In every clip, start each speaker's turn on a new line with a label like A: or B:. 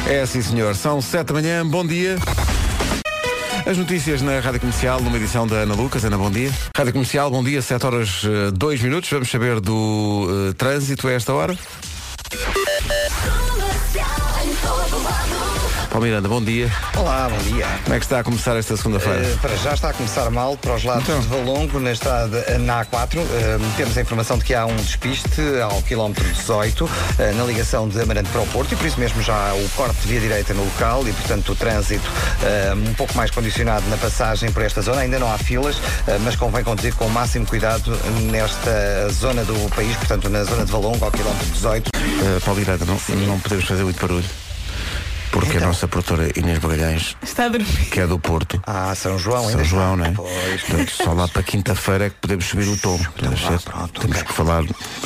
A: É sim, senhor. São 7 da manhã. Bom dia. As notícias na Rádio Comercial, numa edição da Ana Lucas. Ana, bom dia. Rádio Comercial, bom dia, 7 horas 2 minutos. Vamos saber do trânsito a esta hora. Paulo Miranda, bom dia.
B: Olá, bom dia.
A: Como é que está a começar esta segunda-feira?
B: Para já está a começar mal para os lados de Valongo, na estrada na A4. Temos a informação de que há um despiste ao quilómetro 18, na ligação de Amarante para o Porto, e por isso mesmo já há o corte de via direita no local e, portanto, o trânsito um pouco mais condicionado na passagem por esta zona. Ainda não há filas, mas convém conduzir com o máximo cuidado nesta zona do país, portanto, na zona de Valongo, ao quilómetro 18.
A: Paulo Miranda, não podemos fazer muito barulho. Porque então, a nossa produtora Inês Bagalhães
C: está a dormir,
A: que é do Porto.
B: São João,
A: São João, não é?
B: Pois.
A: Portanto, só lá para quinta-feira é que podemos subir o tom. Temos que falar.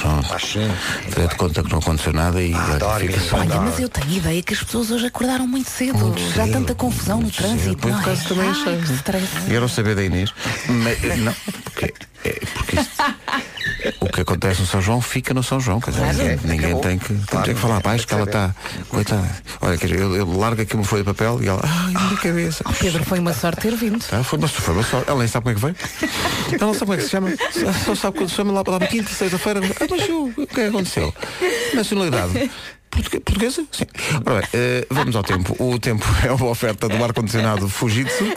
A: Fazer de conta que não aconteceu nada e fica só.
C: Olha, mas eu tenho ideia que as pessoas hoje acordaram muito cedo. Já há tanta confusão no trânsito.
A: Por acaso também achei.
C: Que stress.
A: Eu não sabia da Inês. Mas, não, porque isto, o que acontece no São João fica no São João. Quer dizer, ninguém tem que falar baixo, que ela está. Coitada. Olha, quer dizer, eu largo aqui uma folha de papel e ela. Na minha cabeça.
C: Pedro, foi uma sorte ter vindo.
A: Foi uma sorte. Ela nem sabe como é que veio. Ela não sabe como é que se chama. Só sabe quando se chama lá para quinta, sexta-feira. Mas o que é que aconteceu? Nacionalidade. Portuguesa? Sim. Ora bem, vamos ao tempo. O tempo é uma oferta do ar-condicionado Fujitsu.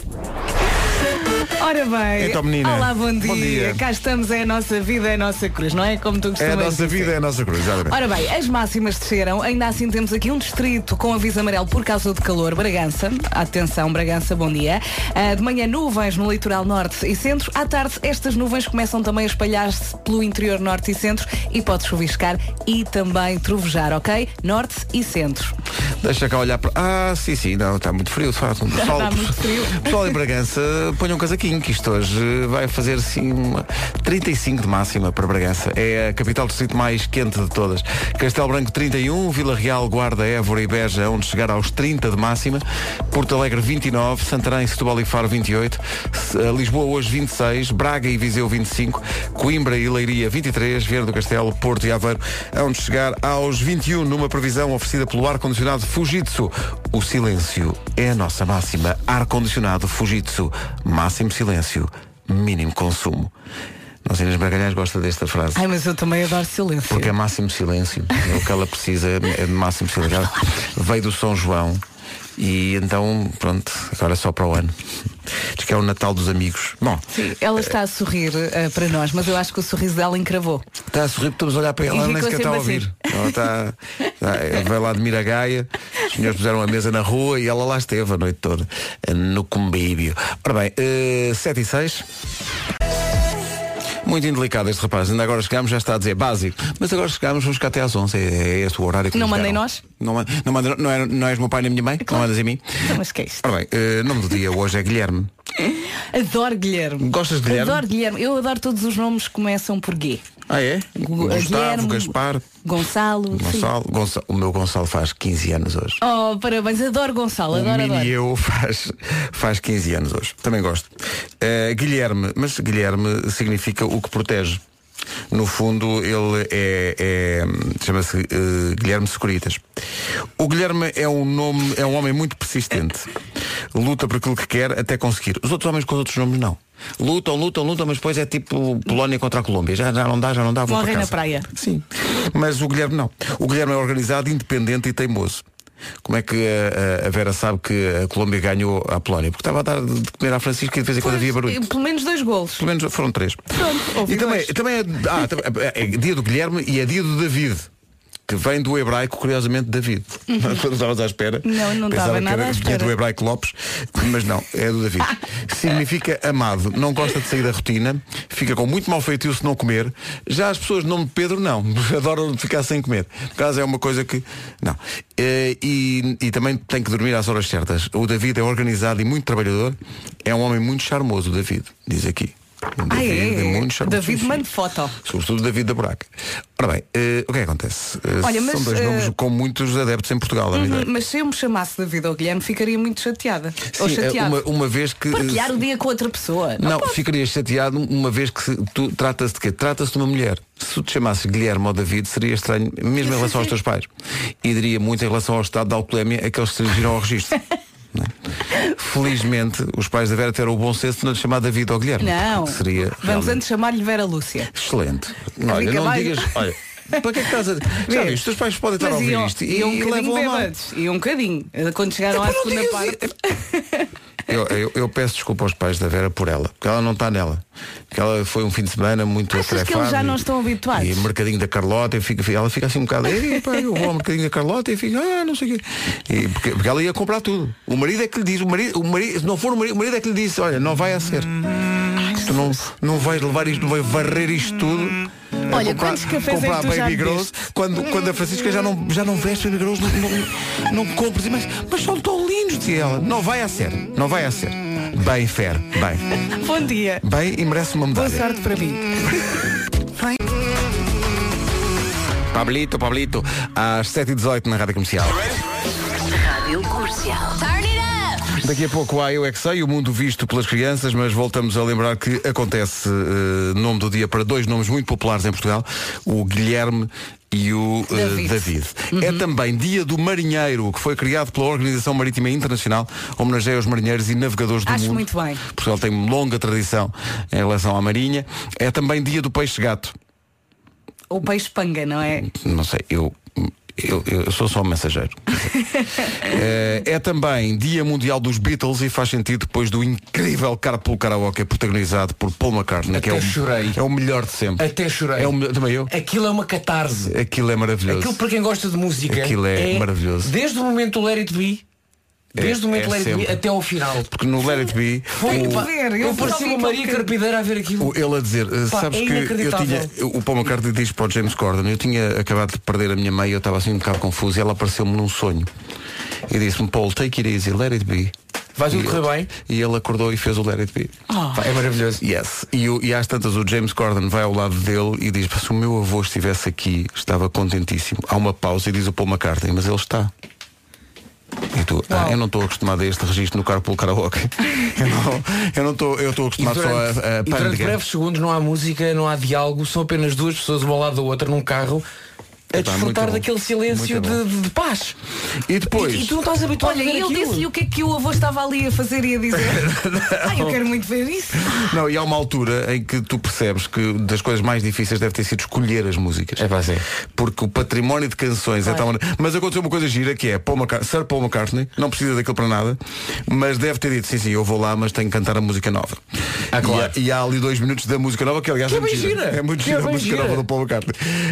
C: Ora bem,
A: então, menina,
C: olá, bom dia.
A: Bom dia.
C: Cá estamos, é a nossa vida, é a nossa cruz, não é? Como tu costumas
A: dizer. É a nossa
C: dizer.
A: vida, é a nossa cruz, exatamente.
C: Ora bem, as máximas desceram, ainda assim temos aqui um distrito com aviso amarelo por causa do calor, Bragança. Atenção, Bragança, bom dia. De manhã nuvens no litoral norte e centro. À tarde estas nuvens começam também a espalhar-se pelo interior norte e centro e pode chuviscar e também trovejar, ok? Norte e centro.
A: Deixa cá olhar para... sim, não, está muito frio, de facto.
C: Está muito frio.
A: Pessoal em Bragança, ponham um casaquinho, que isto hoje vai fazer sim 35 de máxima para Bragança. É a capital do distrito mais quente de todas. Castelo Branco 31, Vila Real, Guarda, Évora e Beja, onde chegar aos 30 de máxima. Porto Alegre 29, Santarém, Setúbal e Faro 28, Lisboa hoje 26, Braga e Viseu 25, Coimbra e Leiria 23, Viana do Castelo, Porto e Aveiro, onde chegar aos 21, numa previsão oferecida pelo ar-condicionado Fujitsu. O silêncio é a nossa máxima. Ar-condicionado Fujitsu. Máximo silêncio, mínimo consumo. Não sei, Inês Bagalhães gosta desta frase.
C: Ai, mas eu também adoro silêncio.
A: Porque é máximo silêncio. É o que ela precisa, é de máximo silêncio. Ela veio do São João e então, pronto, agora é só para o ano. Diz que é o Natal dos amigos. Bom,
C: sim, ela está a sorrir para nós, mas eu acho que o sorriso dela encravou.
A: Está a sorrir porque estamos a olhar para ela, ela nem sequer está a ouvir. Ela está veio lá de Miragaia, os senhores puseram a mesa na rua e ela lá esteve a noite toda, no convívio. Ora bem, 7 e 6. Muito indelicado este rapaz. Ainda agora chegamos, já está a dizer básico. Mas agora chegamos, vamos ficar até às 11. É este o horário que
C: não
A: nos
C: mandem
A: deram.
C: nós?
A: Não és meu pai nem minha mãe? Claro. Não mandas em mim?
C: Então, mas que é isto?
A: Ora bem, nome do dia hoje é Guilherme.
C: Adoro Guilherme.
A: Gostas de Guilherme?
C: Adoro Guilherme. Eu adoro todos os nomes que começam por G.
A: Ah, é? Gustavo,
C: Guilherme,
A: Gaspar.
C: Gonçalo.
A: O meu Gonçalo faz 15 anos hoje.
C: Oh, parabéns, adoro Gonçalo, adoro.
A: E eu faz 15 anos hoje. Também gosto. Guilherme, mas Guilherme significa o que protege. No fundo, ele chama-se Guilherme Securitas. O Guilherme é um homem muito persistente. Luta por aquilo que quer até conseguir. Os outros homens com os outros nomes não. Lutam, mas depois é tipo Polónia contra a Colômbia. Já não dá, vou
C: morrem
A: para casa.
C: na praia.
A: Sim. Mas o Guilherme não. O Guilherme é organizado, independente e teimoso. Como é que a Vera sabe que a Colômbia ganhou a Polónia? Porque estava a dar de comer à Francisca e de vez em quando havia barulho.
C: Pelo menos 2 golos.
A: Pelo menos foram 3.
C: Pronto,
A: e também é dia do Guilherme e é dia do David, que vem do hebraico, curiosamente, David. Quando estavas à espera.
C: Não estava nada à espera.
A: Vinha do hebraico Lopes, mas não, é do David. Significa amado, não gosta de sair da rotina, fica com muito mau feitio se não comer. Já as pessoas de nome de Pedro, não, adoram ficar sem comer. Por acaso é uma coisa que... Não. E também tem que dormir às horas certas. O David é organizado e muito trabalhador. É um homem muito charmoso, o David, diz aqui.
C: David manda foto.
A: Sobretudo David da Buraca. Ora bem, o que é que acontece?
C: Olha,
A: são dois nomes com muitos adeptos em Portugal.
C: Mas se eu me chamasse David ou Guilherme, ficaria muito chateada.
A: Sim,
C: ou chateado.
A: Uma vez que...
C: Partilhar o dia com outra pessoa.
A: Não, ficarias chateado uma vez que tu trata-se de quê? Trata-se de uma mulher. Se tu te chamasses Guilherme ou David, seria estranho, mesmo em relação aos teus pais. E diria muito em relação ao estado de alcoolemia a que eles se dirigiram ao registro. Felizmente, os pais da Vera tiveram o bom senso de não lhe chamar David ou Guilherme.
C: Não,
A: seria
C: vamos
A: realmente...
C: antes chamar-lhe Vera Lúcia.
A: Excelente. Olha, não digas... Olha, para que é que estás a... Já viste, os teus pais podem estar a ouvir isto
C: e um bocadinho bêbados. E um bocadinho. Quando chegaram à segunda parte...
A: Eu peço desculpa aos pais da Vera por ela, porque ela não está nela. Porque ela foi um fim de semana muito atarefado.
C: Achas que eles já não estão habituados?
A: E mercadinho da Carlota, ela fica assim um bocado, eu vou ao mercadinho da Carlota e fica, não sei o quê. Porque ela ia comprar tudo. O marido é que lhe diz, o marido, se não for o marido é que lhe disse, olha, não vai a ser. Tu não vais levar isto, não vais varrer isto tudo.
C: Olha, quantos cafés é que tu já
A: Baby Gross, quando a Francisca já não veste Baby Gross, não compres, mas são tão lindos, dizia ela. Não vai a ser. Bem, Fer, bem.
C: Bom dia.
A: Bem, e merece uma medalha.
C: Boa sorte para mim.
A: Pablito, às 7h18 na Rádio Comercial.
D: Rádio Comercial.
A: Daqui a pouco há Eu É Que Sei, o mundo visto pelas crianças, mas voltamos a lembrar que acontece nome do dia para dois nomes muito populares em Portugal, o Guilherme e o David. É também dia do marinheiro, que foi criado pela Organização Marítima Internacional, homenageia os marinheiros e navegadores do mundo.
C: Acho muito bem.
A: Portugal tem uma longa tradição em relação à marinha. É também dia do peixe-gato.
C: Ou peixe-panga, não é?
A: Não sei, eu sou só um mensageiro. É também Dia Mundial dos Beatles e faz sentido depois do incrível Carpool Karaoke protagonizado por Paul McCartney.
E: Até chorei.
A: É o melhor de sempre.
E: Até chorei.
A: Também eu.
E: Aquilo é uma catarse.
A: Aquilo é maravilhoso.
E: Aquilo para quem gosta de música.
A: Aquilo é maravilhoso.
E: Desde o momento do Let It Be. Desde o momento Let It Be até ao final.
A: Porque no Let It Be
E: eu parecia uma Maria Carpideira a ver aquilo.
A: Ele a dizer, sabes que o Paul McCartney diz para o James Corden, eu tinha acabado de perder a minha mãe, eu estava assim um bocado confuso e ela apareceu-me num sonho e disse-me, Paul, take it easy, let it be.
E: Vai tudo correr bem?
A: E ele acordou e fez o Let It Be.
E: É maravilhoso.
A: Yes. E às tantas o James Corden vai ao lado dele e diz, se o meu avô estivesse aqui, estava contentíssimo. Há uma pausa e diz o Paul McCartney, mas ele está. E tu, eu não estou acostumado a este registro no Carpool Karaoke. eu estou acostumado só a
E: e durante breves segundos não há música, não há diálogo, são apenas duas pessoas uma ao lado da outra num carro a desfrutar daquele silêncio de paz.
A: E depois
E: e tu não estás habituado a ver
C: ele
E: aquilo.
C: disse-lhe o que é que o avô estava ali a fazer e a dizer. Eu quero muito ver isso.
A: Não, e há uma altura em que tu percebes que das coisas mais difíceis deve ter sido escolher as músicas. Porque o património de canções é tão... Mas aconteceu uma coisa gira que é Sir Paul McCartney não precisa daquilo para nada, mas deve ter dito, sim, eu vou lá, mas tenho que cantar a música nova.
E: Claro.
A: E há ali 2 minutos da música nova que aliás é muito gira. É muito gira a música nova do Paul McCartney.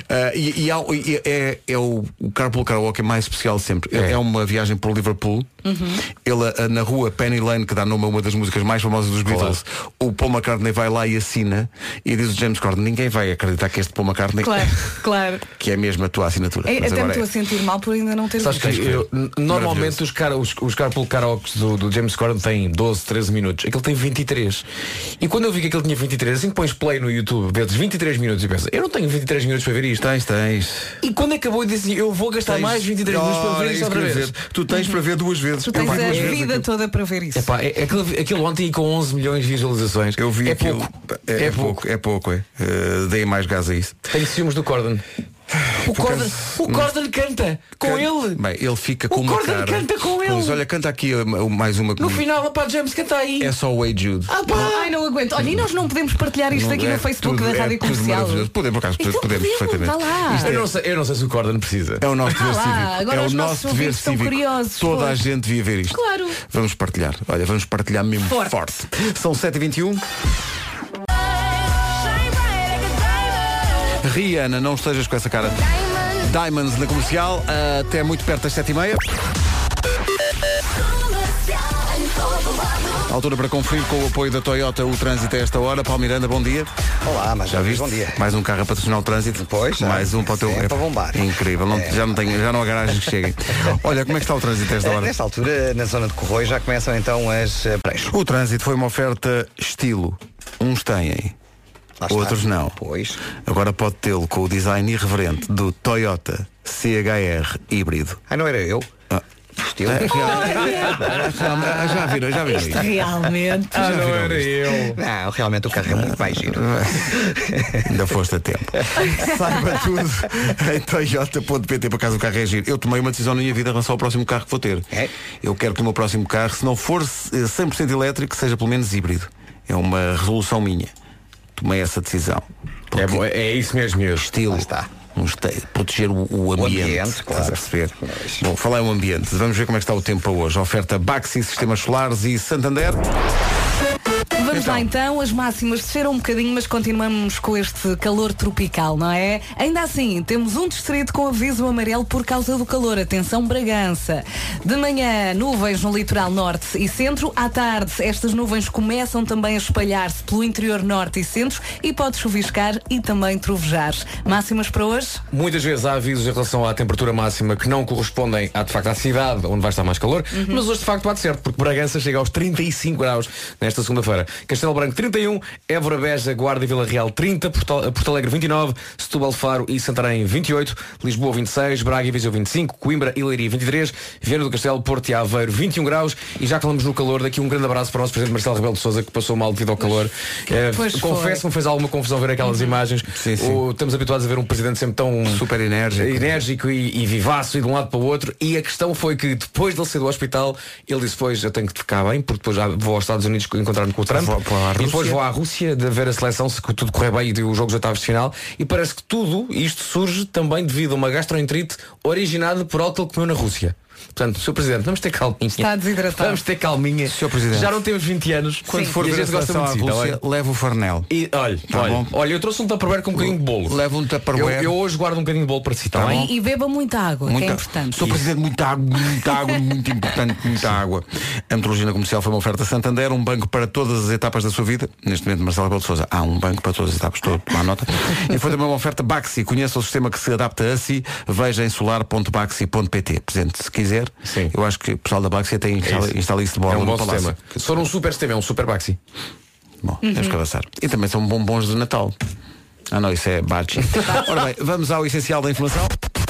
A: É o Carpool Karaoke mais especial de sempre. É uma viagem por Liverpool. Ele na rua Penny Lane, que dá nome a uma das músicas mais famosas dos Beatles, o Paul McCartney vai lá e assina e diz o James Corden, ninguém vai acreditar que este Paul McCartney
C: claro.
A: que é mesmo a tua assinatura.
C: Até me estou a sentir mal por ainda não ter visto.
E: Normalmente os Carpool Karaokes do James Corden têm 12, 13 minutos. Aquele tem 23. E quando eu vi que aquele tinha 23, assim que pões play no YouTube, vezes 23 minutos e pensa, eu não tenho 23 minutos para ver isto.
A: Tens.
E: E quando acabou eu disse assim, eu vou gastar mais 23 minutos para ver isto outra vez.
A: Tu tens para ver 2 vezes.
C: Tu tens a vida toda para ver isso.
E: Aquilo ontem com 11 milhões de visualizações.
A: Eu vi
E: pouco.
A: É pouco. Dei mais gás a isso.
E: Tenho ciúmes do Corden. O Corden canta com ele.
A: Bem, ele fica com uma cara.
E: O Corden canta com ele.
A: Pois, olha, canta aqui mais uma.
E: No final, James, canta aí.
A: É só o Hey Jude.
C: Ai, não aguento. Olha, e nós não podemos partilhar isto aqui no Facebook da Rádio Comercial.
A: Podemos perfeitamente.
E: Eu não sei se o Corden precisa.
A: É o nosso dever cívico.
C: É o nosso dever cívico.
A: Toda a gente devia ver isto.
C: Claro.
A: Vamos partilhar. Olha, vamos partilhar mesmo forte. São 7h21. Rihanna, não estejas com essa cara. Diamonds na Comercial, até muito perto das 7h30. Altura para conferir com o apoio da Toyota o trânsito a esta hora. Paulo Miranda, bom dia.
B: Olá, mas
A: já viste?
B: Bom dia.
A: Mais um carro a patrocinar o trânsito.
B: Pois,
A: mais um para o teu.
B: Para bombar.
A: Incrível. Já não há garagens que cheguem. Olha, como é que está o trânsito a esta hora?
B: Nesta altura, na zona de Corroio, já começam então as praias.
A: O trânsito foi uma oferta estilo. Uns têm, outros não.
B: Pois.
A: Agora pode tê-lo com o design irreverente do Toyota CHR híbrido.
B: Não era eu. Estilo.
A: Já viram
C: Isto realmente.
E: Não era eu.
B: Não, realmente o carro é muito mais giro.
A: Ainda foste a tempo. Saiba tudo em toyota.pt. Por acaso o carro é giro. Eu tomei uma decisão na minha vida em relação ao próximo carro que vou ter. Eu quero que o meu próximo carro, se não for 100% elétrico, seja pelo menos híbrido. É uma resolução minha. Tomei essa decisão.
E: É isso mesmo.
A: Estilo.
B: Lá está.
A: Proteger o ambiente,
B: claro.
A: Estás a perceber? Bom, falar em um ambiente. Vamos ver como é que está o tempo para hoje. Oferta Baxi, Sistemas Solares e Santander.
C: Vamos lá então, as máximas desceram um bocadinho, mas continuamos com este calor tropical, não é? Ainda assim, temos um distrito com aviso amarelo por causa do calor. Atenção, Bragança. De manhã, nuvens no litoral norte e centro. À tarde, estas nuvens começam também a espalhar-se pelo interior norte e centro e pode chuviscar e também trovejar. Máximas para hoje?
E: Muitas vezes há avisos em relação à temperatura máxima que não correspondem de facto à cidade onde vai estar mais calor, mas hoje de facto bate certo, porque Bragança chega aos 35 graus nesta segunda-feira. Castelo Branco 31, Évora, Beja, Guarda e Vila Real 30, Porto Alegre 29, Setúbal, Faro e Santarém 28, Lisboa 26, Braga e Viseu 25, Coimbra e Leiria 23, Viana do Castelo, Porto e Aveiro 21 graus. E já que falamos no calor, daqui um grande abraço para o nosso presidente Marcelo Rebelo de Sousa, que passou mal devido ao calor. Confesso que me fez alguma confusão ver aquelas imagens.
A: Sim.
E: Estamos habituados a ver um presidente sempre tão
A: super enérgico
E: e vivaço e de um lado para o outro. E a questão foi que depois de ele sair do hospital, ele disse: depois eu tenho que ficar bem, porque depois já vou aos Estados Unidos encontrar-me com o Trump e depois vou à Rússia de ver a seleção, se tudo correr bem, e os jogos de oitavos de final. E parece que tudo isto surge também devido a uma gastroenterite originada por algo que ele comeu na Rússia. Portanto, Sr. Presidente, vamos ter calminha.
C: Está desidratado.
E: Vamos ter calminha.
A: Sr. Presidente,
E: já não temos 20 anos.
A: Quando for ver a seleção à Rússia, leva o farnel.
E: E, olha, eu trouxe um tupperware com um bocadinho de bolo.
A: Leva um tupperware.
E: Eu hoje guardo um bocadinho de bolo para si, está bem?
C: E beba muita água, que é importante.
A: Sr. Presidente, muita água, muito importante, muita água. A Metrologia Comercial foi uma oferta Santander, um banco para todas as etapas da sua vida. Neste momento, Marcelo Rebelo de Sousa, há um banco para todas as etapas, estou a tomar nota. E foi também uma oferta Baxi. Conheça o sistema que se adapta a si. Veja em solar.baxi.pt. Presidente, se quiser,
E: sim.
A: Eu acho que o pessoal da Baxi até instala isso de bola.
E: É um bom
A: no
E: sistema. Se for um super sistema, é um super Baxi.
A: Bom, temos que avançar. E também são bombons de Natal. Não, isso é Baxi. Ora bem, vamos ao essencial da informação.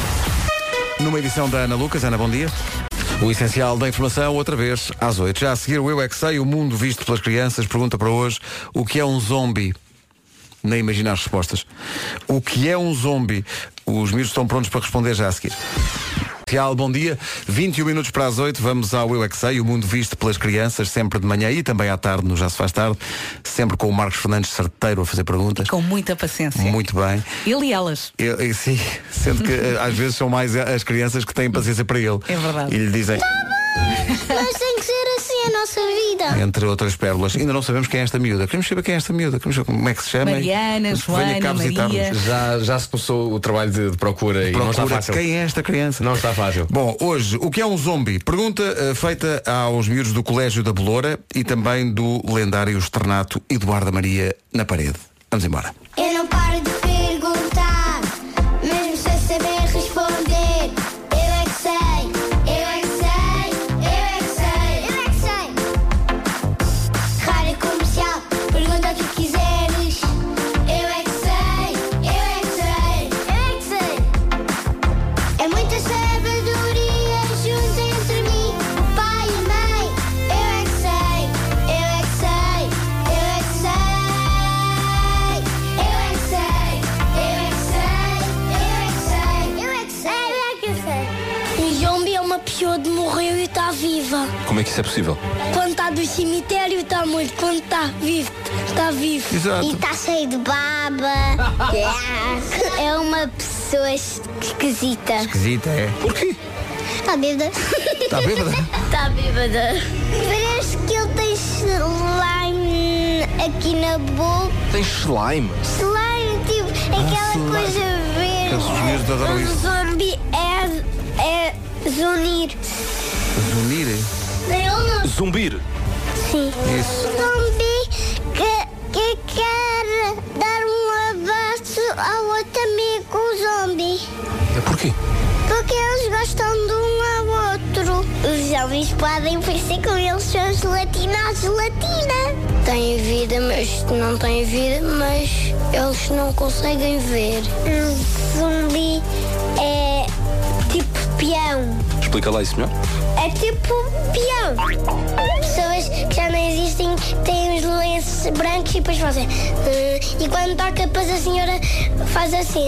A: Numa edição da Ana Lucas. Ana, bom dia. O essencial da informação, outra vez, às 8. Já a seguir o Eu É Que Sei, o mundo visto pelas crianças. Pergunta para hoje: o que é um zombie? Nem imaginar as respostas. O que é um zombie? Os miúdos estão prontos para responder já a seguir. Bom dia, 21 minutos para as 8. Vamos ao Eu É Que Sei, o mundo visto pelas crianças, sempre de manhã e também à tarde, no Já Se Faz Tarde, sempre com o Marcos Fernandes certeiro a fazer perguntas.
C: Com muita paciência.
A: Muito bem.
C: Ele e elas.
A: Sim, sendo que às vezes são mais as crianças que têm paciência para ele.
C: É verdade.
A: E lhe dizem:
F: mas tem que ser assim a nossa vida.
A: Entre outras pérolas. Ainda não sabemos quem é esta miúda. Queremos saber quem é esta miúda. Queremos saber como é que se chama.
C: Mariana, Joana, Maria.
E: Já se começou o trabalho de procura e não está fácil.
A: Quem é esta criança?
E: Não está fácil.
A: Bom, hoje, o que é um zombie? Pergunta feita aos miúdos do Colégio da Beloura e também do lendário externato Eduardo Maria na Parede. Vamos embora.
F: Eu não paro de perguntar, mesmo sem saber responder. Eu é que sei, eu é que sei, eu é que sei, eu é que sei. Rádio Comercial, pergunta o que quiseres. Eu é que sei, eu é que sei, eu é que sei. É muita sabedoria junto entre mim, o pai e a mãe. Eu é que sei, eu é que sei, eu é que sei. Eu é que sei, eu é que sei, eu é que sei, eu é que sei, eu é que sei. Um zombie é uma pessoa que morreu e está viva.
G: Como é que isso é possível?
F: Quando está do cemitério está morto, quando está vivo, está vivo.
A: Exato.
F: E está cheio de baba. É uma pessoa esquisita.
A: Esquisita, é?
G: Porquê?
F: Está bêbada.
A: Está bêbada?
F: Está bêbada. Parece que ele tem slime aqui na boca.
G: Tem slime?
F: Slime, tipo, aquela
A: slime.
F: coisa verde.
A: Os miúdos adoram isso.
F: O zombie é zunir.
A: Zunir?
G: Zumbir?
F: Sim.
A: Isso.
F: O zombie que quer dar um abraço ao outro amigo, o zombie.
G: Porquê?
F: Porque eles gostam de um ao outro. Os zombies podem parecer com eles são gelatina à gelatina. têm vida, mas não têm vida, mas eles não conseguem ver. Um zumbi é tipo peão.
G: Explica lá isso melhor.
F: É tipo peão. Pessoas que já não existem têm os lenços brancos e depois fazem. E quando toca, depois a senhora faz assim.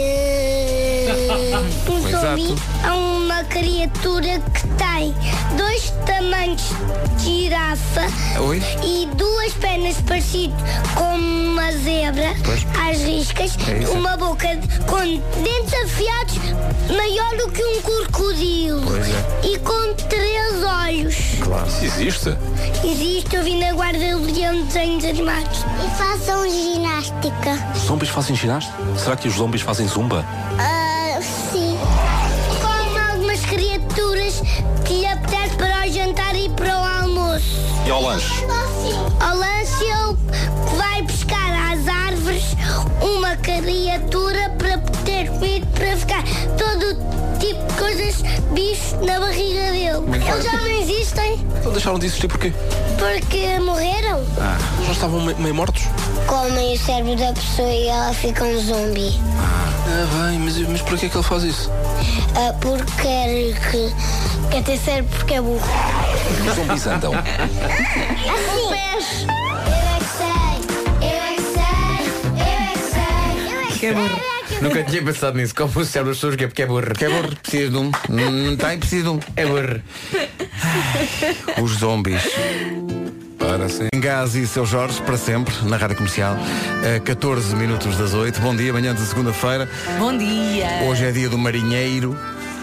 F: Um zumbi é uma criatura que tem 2 tamanhos de girafa.
A: Oi?
F: E 2 pernas parecidas com uma zebra às riscas, uma boca com dentes afiados maior do que um crocodilo e com 3 olhos.
G: Claro. Isso existe?
F: Existe, eu vi na Guarda do Leão de desenhos animados. E façam ginástica.
G: Os zombies fazem ginástica? Será que os zombies fazem zumba?
F: Sim. Como algumas criaturas que lhe apetece para o jantar e para o almoço.
G: E ao lanche?
F: Ao lanche ele vai pescar às árvores uma criatura para ter comida, para ficar todo tipo de coisas, bichos na barriga dele. Eles já não existem
G: Então deixaram de existir porquê?
F: porque morreram.
G: Já estavam meio mortos?
F: Comem o cérebro da pessoa e ela fica um zumbi.
G: Bem, mas por que é que ele faz isso?
F: Porque quer ter cérebro porque é burro.
G: Os zombies andam.
F: Assim. Pés. Eu é que sei, eu é que sei, eu é que sei, eu é que
E: Que é burro.
F: sei.
E: Nunca tinha pensado nisso. Como o cérebro das pessoas que é burro.
A: Que é burro, precisa de um. Não tem, precisa de um.
E: É burro.
A: Os zombies.
G: Para sim.
A: Gás e Seu Jorge, para sempre, na Rádio Comercial, a 14 minutos das 8. Bom dia, manhã de segunda-feira.
C: Bom dia.
A: Hoje é dia do marinheiro.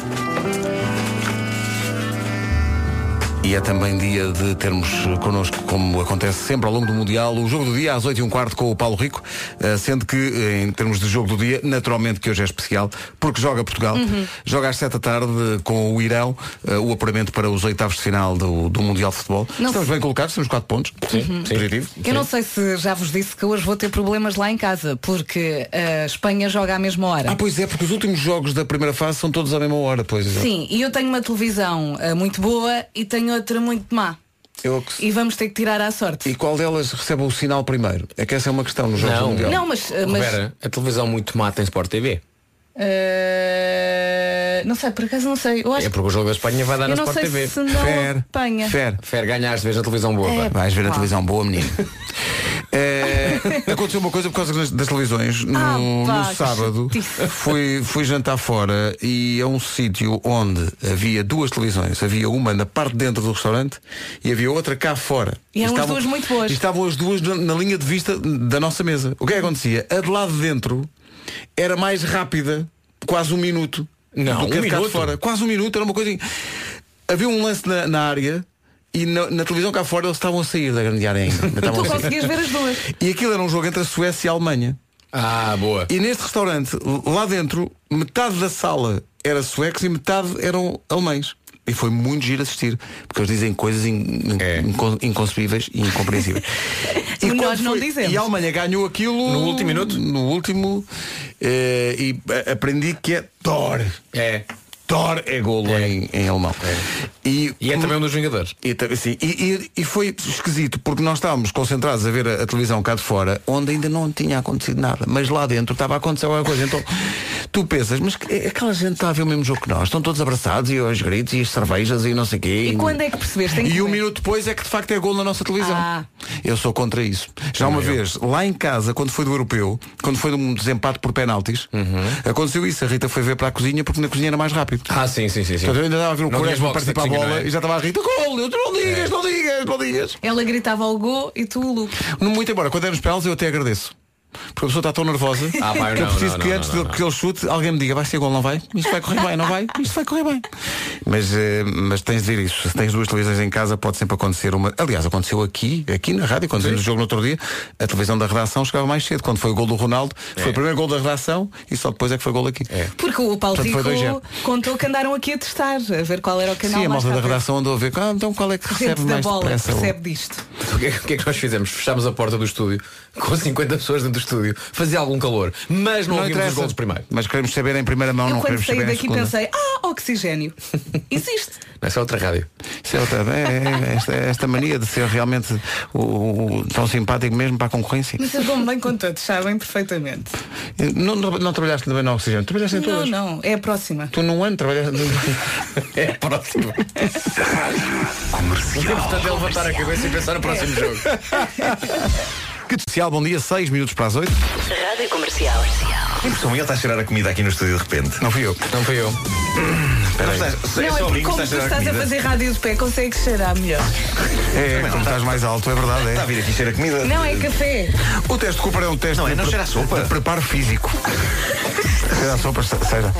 A: E é também dia de termos connosco, como acontece sempre ao longo do Mundial, o Jogo do Dia às 8h15 com o Paulo Rico, sendo que, em termos de Jogo do Dia, naturalmente que hoje é especial, porque joga Portugal, joga às 7 da tarde com o Irão, o apuramento para os 8avos de final do Mundial de Futebol.
C: Não
A: Estamos bem colocados, temos 4 pontos.
E: Sim.
A: Positivo.
C: Eu não sei se já vos disse que hoje vou ter problemas lá em casa, porque a Espanha joga à mesma hora.
A: Pois é, porque os últimos jogos da primeira fase são todos à mesma hora, pois.
C: Sim, e eu tenho uma televisão muito boa e tenho outra muito má. E vamos ter que tirar à sorte.
A: E qual delas recebe o sinal primeiro? É que essa é uma questão nos Jogos do Mundial.
C: Não, mas
E: Vera, a televisão muito má tem Sport TV.
C: não sei, por acaso não sei. Eu acho
E: É porque o jogo da Espanha vai dar na
C: eu não
E: Sport
C: sei
E: TV.
C: se não apanha.
E: Fer, ganhaste, vês a televisão boa.
C: É,
E: pá.
A: Vais ver a
C: Pá.
A: televisão boa, menino. Aconteceu uma coisa por causa das televisões.
C: pá,
A: No
C: que
A: sábado
C: chatice.
A: fui jantar fora e a um sítio onde havia 2 televisões. Havia uma na parte de dentro do restaurante e havia outra cá fora.
C: E eram as duas muito boas.
A: E estavam as duas na linha de vista da nossa mesa. O que é que acontecia? A de lá de dentro era mais rápida, quase 1 minuto.
E: Não,
A: do que a
E: um
A: de cá de
E: minuto?
A: fora. Quase 1 minuto, era uma coisa. Havia um lance na área. E na televisão cá fora eles estavam a sair da grande área ainda. Estavam
C: Tu
A: a sair.
C: conseguias ver as duas.
A: E aquilo era um jogo entre a Suécia e a Alemanha.
E: Boa.
A: E neste restaurante, lá dentro, metade da sala era suecos e metade eram alemães. E foi muito giro assistir, porque eles dizem coisas inconcebíveis e incompreensíveis.
C: E nós
A: quando
C: não dizemos.
A: E a Alemanha ganhou aquilo
E: No último minuto?
A: No último. E aprendi que é Thor. Thor é golo em alemão.
E: E é também um dos Vingadores.
A: E foi esquisito porque nós estávamos concentrados a ver a televisão cá de fora, onde ainda não tinha acontecido nada, mas lá dentro estava a acontecer alguma coisa. Então tu pensas, mas aquela gente está a ver o mesmo jogo que nós, estão todos abraçados e aos gritos e as cervejas e não sei o quê.
C: E quando é que percebeste?
A: E 1 minuto depois é que de facto é golo na nossa televisão. Eu sou contra isso. Já uma vez, lá em casa, quando foi do europeu, quando foi de um desempate por penaltis, aconteceu isso. A Rita foi ver para a cozinha porque na cozinha era mais rápido.
E: Sim.
A: Então eu ainda estava a ver o
E: Não
A: Quaresma
E: tinhas boxe,
A: participar a
E: tinha,
A: bola
E: não é?
A: e já estava a Rita, gol, eu não digas.
C: Ela gritava ao gol e tu o Luke.
A: Muito embora, quando é nos penaltis eu até agradeço. Porque a pessoa está tão nervosa que eu preciso que antes que ele chute alguém me diga, vai ser gol, não vai? Isto vai correr bem, não vai? Isto vai correr bem. Mas tens de ver isso. Se tens 2 televisões em casa pode sempre acontecer uma. Aliás, aconteceu aqui na rádio, quando vimos o jogo no outro dia, a televisão da redação chegava mais cedo. Quando foi o gol do Ronaldo, foi o primeiro gol da redação e só depois é que foi gol aqui.
C: Porque o Paulo
A: Portanto, foi
C: Rico
A: 2-0.
C: contou que andaram aqui a testar, a ver qual era o canal
A: Sim, a
C: mais
A: malta da
C: rápido.
A: redação andou a ver, então qual é que
C: Gente
A: recebe
C: da
A: mais
C: bola
A: depressa?
C: percebe disto.
E: O que é que nós fizemos? Fechámos a porta do estúdio com 50 pessoas dentro do estúdio. Fazia algum calor, mas não ouvimos os gols primeiro.
A: Mas queremos saber em primeira mão,
C: Eu
A: não
C: quando
A: queremos
C: saí
A: saber em
C: daqui
A: segunda.
C: pensei, oxigênio. Existe.
E: Essa é outra rádio.
A: Isso é esta mania de ser realmente tão simpático mesmo para a concorrência.
C: Mas eu dou-me bem com todos, sabem perfeitamente.
A: Não trabalhaste também na Oxigênio? Trabalhaste em todas?
C: Não, é a próxima.
A: Tu num ano trabalhaste...
E: É a próxima. Comercial. Portanto, é levantar a cabeça e pensar no próximo jogo.
A: Que especial, bom dia, 6 minutos para as 8.
D: Rádio Comercial.
H: A impressão minha está a cheirar a comida aqui no estúdio de repente.
A: Não fui eu.
C: Não, é porque como tu estás a fazer rádio de pé, consegues cheirar melhor.
A: Como estás mais alto, é verdade.
H: Está a vir aqui cheira a comida.
C: Não, é café.
A: O teste de Cooper é um teste
H: Não cheira a sopa.
A: de preparo físico. Cheira a sopa, seja.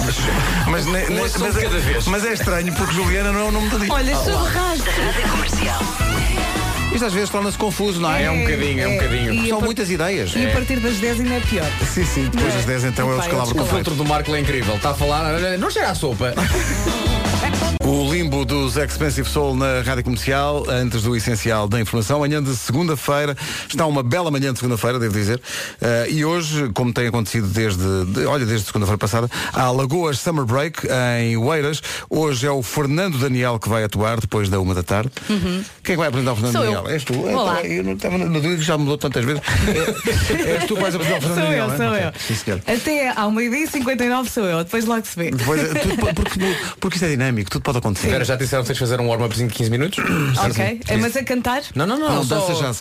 A: Mas é estranho porque Juliana não é o nome da dia.
C: Olha, sobre
D: Rádio Comercial.
A: Isto às vezes torna-se confuso, não é?
E: É um bocadinho.
A: São muitas ideias.
C: E a partir das 10 ainda é pior.
A: Sim, depois das 10 então é o descalabro
E: O
A: completo.
E: filtro do Marco é incrível. Está a falar, não cheira a sopa.
A: O limbo dos Expensive Soul na Rádio Comercial, antes do essencial da informação. Manhã de segunda-feira, está uma bela manhã de segunda-feira, devo dizer. E hoje, como tem acontecido desde segunda-feira passada, há Lagoas Summer Break em Oeiras. Hoje é o Fernando Daniel que vai atuar depois da 1 da tarde. Quem é que vai apresentar o Fernando Daniel? És tu?
C: Olá.
A: Eu não estava no dúvida que já mudou tantas vezes. És tu que vais apresentar o Fernando Daniel?
C: Sou eu.
A: Sim, senhor.
C: Até ao meio-dia e 59 sou eu, depois logo se vê.
A: Porque isto é dinâmico, tudo pode acontecer.
E: Espera, já te disseram que tens de fazer um warm-upzinho de 15 minutos?
C: Ok, mas a cantar?
E: Não,
A: Dança jazz.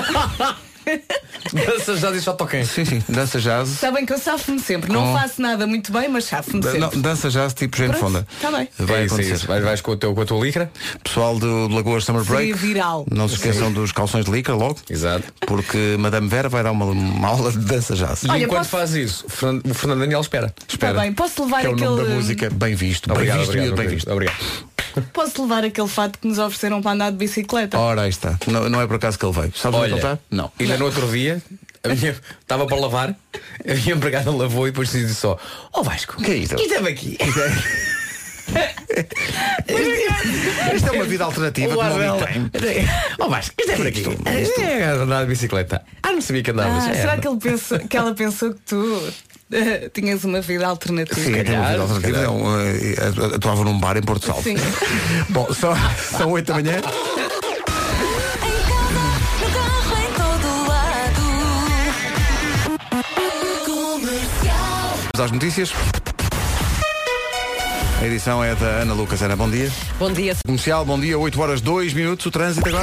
E: Dança jazz e só toquem.
A: Sim, dança jazz.
C: Sabem que eu safo-me sempre. Não faço nada muito bem, mas safo-me sempre.
A: Não, dança jazz tipo Jane Fonda.
C: Está bem.
A: Vai
E: Isso,
A: acontecer.
E: isso. Vais com a tua licra?
A: Pessoal do Lagoas Summer Break,
C: Seria viral.
A: não se esqueçam dos calções de licra logo.
E: Exato.
A: Porque Madame Vera vai dar uma aula de dança jazz.
C: Olha,
E: E enquanto
C: posso-
E: faz isso, o Fernando Daniel espera.
C: Está bem, posso levar
A: Que é o nome da
C: aquele.
A: música. Bem visto.
E: Obrigado.
A: Bem visto.
C: Posso levar aquele fato que nos ofereceram para andar de bicicleta?
A: Ora, aí está. Não é por acaso que ele veio. Sabes onde ele está? Não.
E: Ainda no outro dia, estava para lavar, a minha empregada lavou e depois disse só: Ó Vasco,
A: O que é isto?
E: Isto aqui.
A: Isto é uma vida alternativa que não tem.
E: Ó Vasco, isto é por aqui. Isto é andar de bicicleta. Não sabia que andavas.
C: Será que ela pensou que tu tinhas uma vida alternativa?
A: Sim, tem uma vida alternativa. Atuava num bar em Porto Salvo.
C: Sim.
A: Bom, são 8 da manhã. Vamos às notícias. A edição é da Ana Lucas. Ana, bom dia.
C: Bom dia.
A: Comercial, bom dia, 8 horas 2 minutos. O trânsito agora.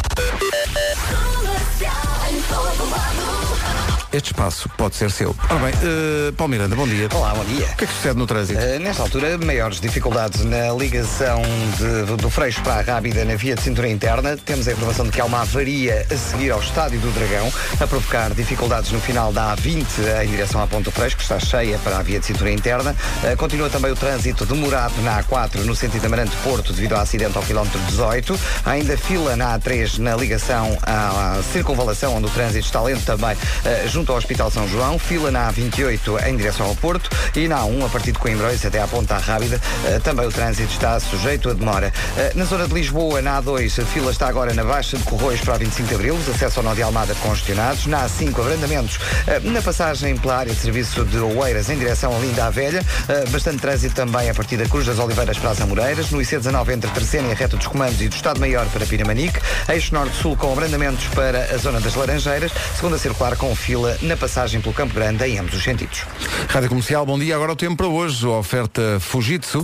A: Este espaço pode ser seu. Ora bem, Paulo Miranda, bom dia.
B: Olá, bom dia.
A: O que é que sucede no trânsito?
B: Nesta altura, maiores dificuldades na ligação do Freixo para a Rábida na via de cintura interna. Temos a informação de que há uma avaria a seguir ao Estádio do Dragão, a provocar dificuldades no final da A20 em direção à Ponte do Freixo, que está cheia para a via de cintura interna. Continua também o trânsito demorado na A4 no sentido Amarante-Porto devido ao acidente ao quilómetro 18. Há ainda fila na A3 na ligação à circunvalação, onde o trânsito está lento também junto ao Hospital São João, fila na A28 em direção ao Porto e na A1 a partir de Coimbrões até à Ponta Rábida, também o trânsito está sujeito a demora. Na zona de Lisboa, na A2, a fila está agora na Baixa de Corroios para a 25 de Abril, os acessos ao Nó de Almada congestionados. Na A5, abrandamentos na passagem pela área de serviço de Oeiras em direção a Linda à Velha, bastante trânsito também a partir da Cruz das Oliveiras para as Amoreiras, no IC19 entre Terceira e a Reta dos Comandos e do Estado-Maior para Pinamanique, eixo norte-sul com abrandamentos para a zona das Laranjeiras, segunda circular com fila na passagem pelo Campo Grande em ambos os sentidos.
A: Rádio Comercial, bom dia. Agora o tempo para hoje. A oferta Fujitsu.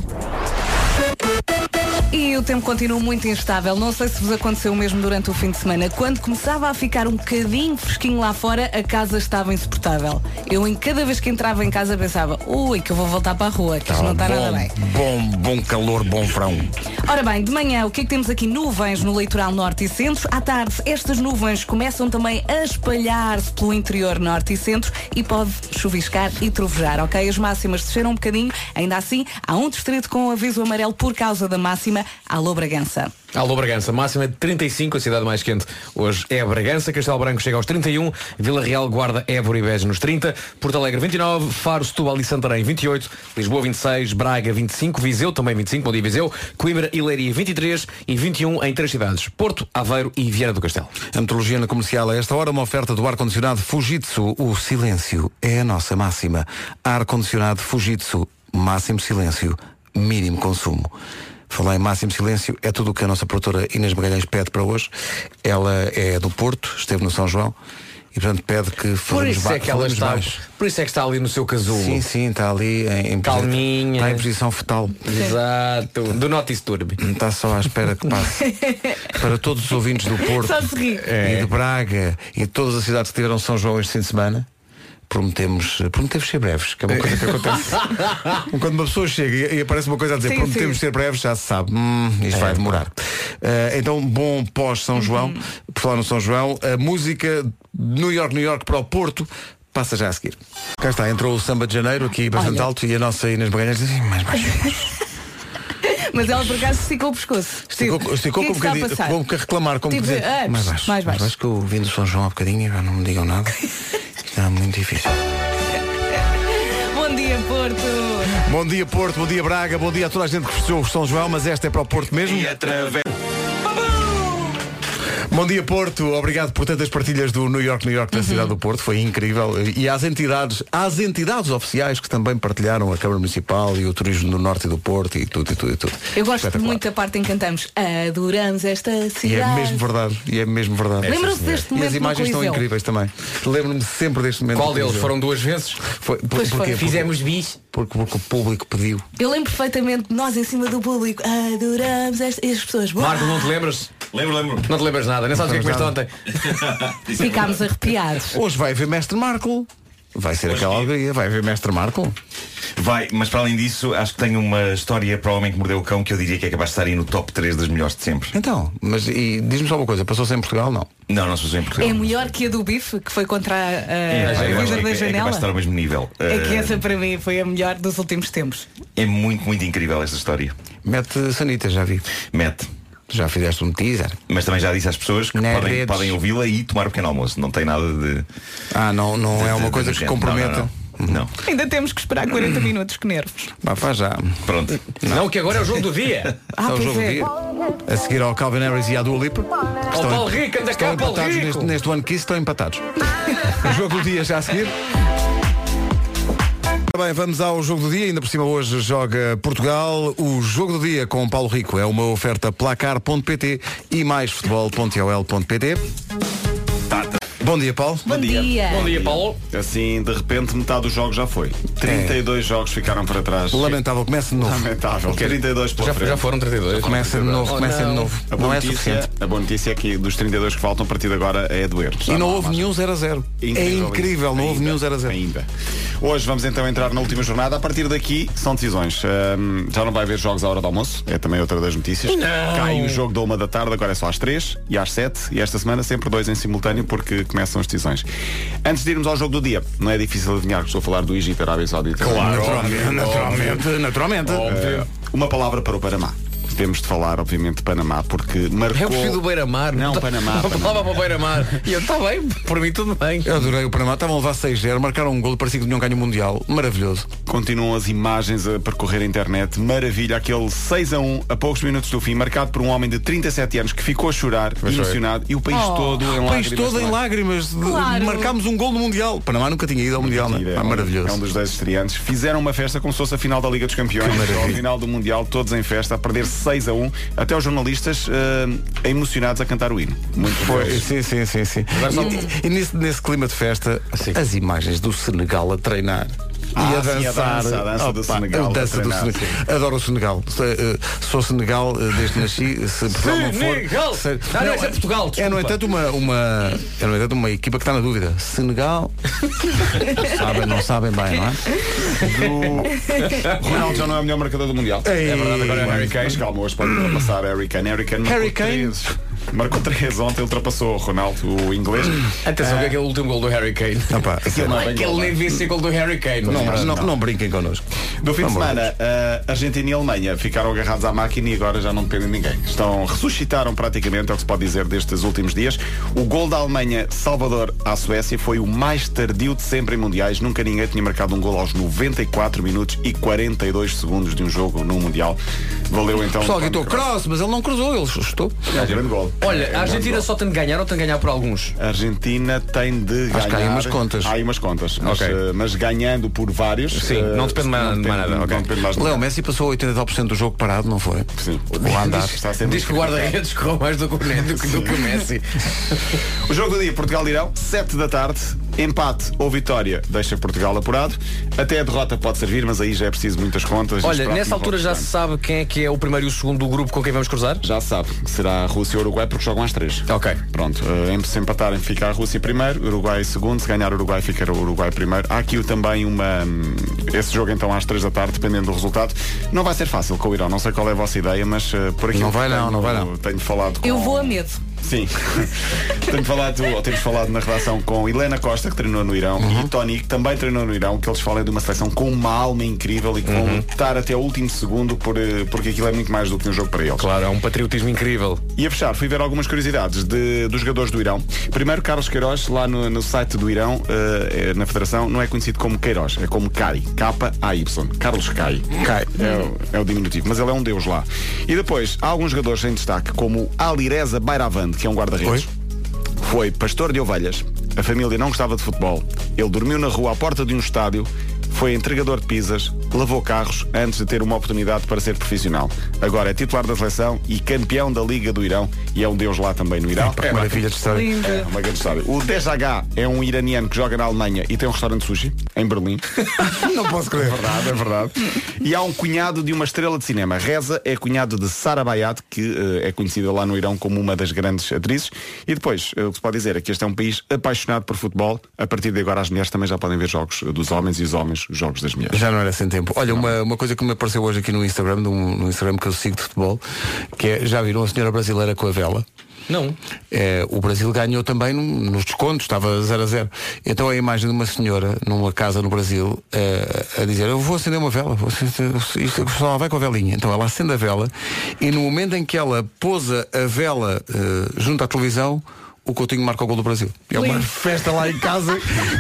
C: E o tempo continua muito instável. Não sei se vos aconteceu o mesmo durante o fim de semana. Quando começava a ficar um bocadinho fresquinho lá fora, a casa estava insuportável. Eu, em cada vez que entrava em casa, pensava: ui, que eu vou voltar para a rua, que isto não está nada bem.
A: Bom calor, bom verão.
C: Ora bem, de manhã, o que é que temos aqui? Nuvens no litoral norte e centro. À tarde, estas nuvens começam também a espalhar-se pelo interior norte e centro e pode chuviscar e trovejar, ok? As máximas desceram um bocadinho. Ainda assim, há um distrito com aviso amarelo por causa da máxima. Alô, Bragança.
E: Alô, Bragança, máxima de 35, a cidade mais quente hoje é Bragança, Castelo Branco chega aos 31, Vila Real, Guarda, Évora e Beja nos 30, Porto Alegre 29, Faro, Setúbal e Santarém 28, Lisboa 26, Braga 25, Viseu também 25, bom dia Viseu, Coimbra e Leiria 23 e 21 em 3 cidades, Porto, Aveiro e Viana do Castelo.
A: A meteorologia na Comercial a esta hora, uma oferta do ar-condicionado Fujitsu. O silêncio é a nossa máxima. Ar-condicionado Fujitsu, máximo silêncio, mínimo consumo. Falar em máximo silêncio, é tudo o que a nossa produtora Inês Magalhães pede para hoje. Ela é do Porto, esteve no São João e portanto pede que falemos baixo.
E: Por isso é que está ali no seu casulo.
A: Sim, está ali em
E: calminha.
A: Está em posição fetal.
E: Exato. Do not disturb.
A: Está só à espera que passe. Para todos os ouvintes do Porto e de Braga e de todas as cidades que tiveram São João este fim de semana, prometemos ser breves, que é uma coisa que acontece. Quando uma pessoa chega e aparece uma coisa a dizer prometemos ser breves, já se sabe, isto vai demorar. Então, bom pós-São João. Por falar no São João, a música New York para o Porto passa já a seguir. Cá está, entrou o Samba de Janeiro aqui bastante alto e a nossa Inês Magalhães diz assim, mais baixo.
C: Mas ela por acaso esticou o pescoço.
A: Esticou como um bocadinho, como que a reclamar, como
C: tipo,
A: que dizer, mais baixo. Acho que eu vim do São João há bocadinho e já não me digam nada. Está muito difícil.
C: Bom dia, Porto.
A: Bom dia, Porto, bom dia, Braga, bom dia a toda a gente que festejou o São João, mas esta é para o Porto mesmo. Bom dia, Porto. Obrigado por tantas partilhas do New York da cidade do Porto. Foi incrível. E às entidades oficiais que também partilharam, a Câmara Municipal e o Turismo do Norte e do Porto e tudo.
C: Eu gosto muito da parte em que cantamos Adoramos esta cidade.
A: E é mesmo verdade.
C: Lembram-se deste momento?
A: E as imagens estão incríveis também. Lembro-me sempre deste momento.
E: Qual deles? Foram 2 vezes?
A: Foi.
E: Fizemos bis.
A: Porque o público pediu.
C: Eu lembro perfeitamente de nós em cima do público. Adoramos e as pessoas.
E: Marco, não te lembras?
H: Lembro.
E: Não te lembras nada, nem sabes o que é que comeste ontem.
C: Ficámos arrepiados.
A: Hoje vai haver Mestre Marco. Vai ser aquela alegria, vai haver Mestre Marco.
H: Vai, mas para além disso, acho que tenho uma história para o Homem que Mordeu o Cão que eu diria que é capaz de estar aí no top 3 das melhores de sempre.
A: Então, mas diz-me só uma coisa, passou-se em Portugal, não?
H: Não se passou em Portugal.
C: É melhor que a do bife, que foi contra a vida da janela.
H: É capaz de estar ao mesmo nível.
C: É que essa para mim foi a melhor dos últimos tempos.
H: É muito, muito incrível esta história.
A: Mete Sanita, já vi.
H: Mete.
A: Já fizeste um teaser.
H: Mas também já disse às pessoas que podem ouvi-la e tomar o pequeno almoço. Não tem nada de...
A: não é uma coisa que comprometa.
H: Não.
C: Ainda temos que esperar 40 minutos, que nervos.
A: Faz já.
H: Pronto.
E: Não, que agora é o jogo do dia.
A: É o jogo do dia. A seguir ao Calvin Harris e à Dua Lipa.
E: Paulo Rico, anda cá, Paulo Rico.
A: Neste One Kiss estão empatados. O jogo do dia já a seguir. Bem, vamos ao jogo do dia. Ainda por cima hoje joga Portugal. O jogo do dia com Paulo Rico é uma oferta placar.pt e mais futebol.ol.pt. Bom dia, Paulo.
C: Bom dia.
E: Bom dia, Paulo.
I: Assim, de repente, metade dos jogos já foi. 32 jogos ficaram para trás.
A: Lamentável, começa de novo.
I: Lamentável. 32 pela frente.
E: Já foram 32.
A: Começa de novo, Não é suficiente.
I: A boa notícia é que dos 32 que faltam, a partir de agora é doer.
A: E não houve nenhum 0-0. É incrível, não houve nenhum 0-0.
I: Ainda. Hoje vamos então entrar na última jornada. A partir daqui são decisões. Já não vai haver jogos à hora do almoço. É também outra das notícias. Cai o jogo da 1 da tarde, agora é só às 3 e às 7. E esta semana sempre 2 em simultâneo porque começam as decisões. Antes de irmos ao jogo do dia, não é difícil adivinhar que estou a falar do Egito, Arábia Saudita.
A: Claro, naturalmente.
I: Uma palavra para o Panamá. Temos de falar, obviamente, de Panamá, porque marcou...
E: Eu preciso do Beira-Mar.
I: Não, Panamá.
E: Uma palavra para o Beira-Mar. E eu, está bem, por mim tudo bem.
A: Eu adorei o Panamá, estavam a levar 6-0, marcaram um golo, parecia que tinham ganho o Mundial. Maravilhoso.
I: Continuam as imagens a percorrer a internet. Maravilha, aquele 6-1 a poucos minutos do fim, marcado por um homem de 37 anos que ficou a chorar, emocionado, e o país todo em lágrimas.
A: O país todo em lágrimas. Claro. Marcámos um golo no Mundial. Panamá nunca tinha ido ao Mundial, não é? Maravilhoso.
I: É um dos 10 estreantes. Fizeram uma festa como se fosse a final da Liga dos Campeões. Ao final do Mundial, todos em festa, a perder 6-1. Até os jornalistas emocionados a cantar o hino. Muito
A: foi. Sim. E nesse clima de festa, as imagens do Senegal a treinar. E a dançar.
I: A dança do Senegal.
A: Adoro o Senegal. Sou Senegal desde que nasci. Se Portugal não for.
E: Não é Portugal.
A: É, no entanto, uma equipa que está na dúvida. Senegal. Não sabem bem, não é?
I: Ronaldo já não é o melhor marcador do Mundial.
E: É verdade, agora é Harry Kane.
I: Calma, hoje pode ultrapassar Harry Kane.
A: Harry Kane
I: marcou 3 ontem, ultrapassou o Ronaldo, o inglês.
E: Atenção, que é aquele último gol do Harry Kane. Aquele nem vice gol do Harry Kane.
A: Não brinquem connosco.
I: Do fim de semana, Argentina e Alemanha ficaram agarrados à máquina e agora já não dependem de ninguém. Ressuscitaram praticamente, é o que se pode dizer destes últimos dias. O gol da Alemanha, Salvador, à Suécia, foi o mais tardio de sempre em mundiais. Nunca ninguém tinha marcado um gol aos 94 minutos e 42 segundos de um jogo no Mundial. Valeu então.
A: O pessoal gritou cross, mas ele não cruzou, ele chutou.
I: Grande gol.
E: Olha, a Argentina só tem de ganhar ou tem de ganhar por alguns?
I: A Argentina tem de ganhar.
A: Acho que há aí umas contas.
I: Há aí umas contas. Mas,
E: Ok.
I: mas ganhando por vários.
E: Sim, não depende mais nada.
I: Não
E: Ok.
I: depende mais de
A: Léo
I: nada.
A: Messi passou 80% do jogo parado, não foi?
I: Sim.
A: Vou andar.
I: Está a ser muito
E: Diz que o guarda-redes correu mais do que o Messi.
I: O jogo do dia, Portugal-Irão, 7 da tarde, empate ou vitória deixa Portugal apurado. Até a derrota pode servir, mas aí já é preciso muitas contas.
E: Olha,
I: Esperar que
E: nessa
I: não
E: altura
I: volte
E: já
I: tanto.
E: se sabe quem é que é o primeiro e o segundo do grupo com quem vamos cruzar?
I: Já se sabe, será a Rússia e o Uruguai porque jogam às 3.
E: Ok.
I: Pronto, se empatarem fica a Rússia primeiro, Uruguai segundo, se ganhar o Uruguai fica o Uruguai primeiro. Há aqui também esse jogo então às 3 da tarde, dependendo do resultado. Não vai ser fácil com o Irão, não sei qual é a vossa ideia, mas por aqui
A: Não vai não.
I: Tenho falado com...
C: Eu vou a medo.
I: Sim. Temos falado na redação com Helena Costa, que treinou no Irão, e Tony, que também treinou no Irão, que eles falam de uma seleção com uma alma incrível e que vão lutar até o último segundo porque aquilo é muito mais do que um jogo para eles.
E: Claro, é um patriotismo incrível.
I: E a fechar, fui ver algumas curiosidades dos jogadores do Irão. Primeiro, Carlos Queiroz, lá no site do Irão, na Federação, não é conhecido como Queiroz, é como Kai, K-A-Y. Carlos Kai. É o diminutivo, mas ele é um deus lá. E depois, há alguns jogadores em destaque, como o Alireza Bairavand, que é um guarda-redes. Foi pastor de ovelhas, a família não gostava de futebol, ele dormiu na rua à porta de um estádio, foi entregador de pizzas, lavou carros antes de ter uma oportunidade para ser profissional. Agora é titular da seleção e campeão da Liga do Irão e é um deus lá também no Irão.
A: Maravilha de história.
I: É uma grande história. O DJH é um iraniano que joga na Alemanha e tem um restaurante de sushi em Berlim.
A: Não posso crer.
I: É verdade. E há um cunhado de uma estrela de cinema. Reza é cunhado de Sara Bayat, que é conhecida lá no Irão como uma das grandes atrizes. E depois, o que se pode dizer é que este é um país apaixonado por futebol. A partir de agora as mulheres também já podem ver jogos dos homens e os homens os jogos das mulheres.
A: Já não era sem tempo. Olha, uma coisa que me apareceu hoje aqui no Instagram, no Instagram que eu sigo de futebol, que é, já viram a senhora brasileira com a vela?
E: Não.
A: O Brasil ganhou também nos descontos, estava 0-0. Então a imagem de uma senhora numa casa no Brasil a dizer, eu vou acender uma vela, isto só vai com a velinha. Então ela acende a vela e no momento em que ela pousa a vela junto à televisão, o Coutinho marca o gol do Brasil. É uma festa lá em casa.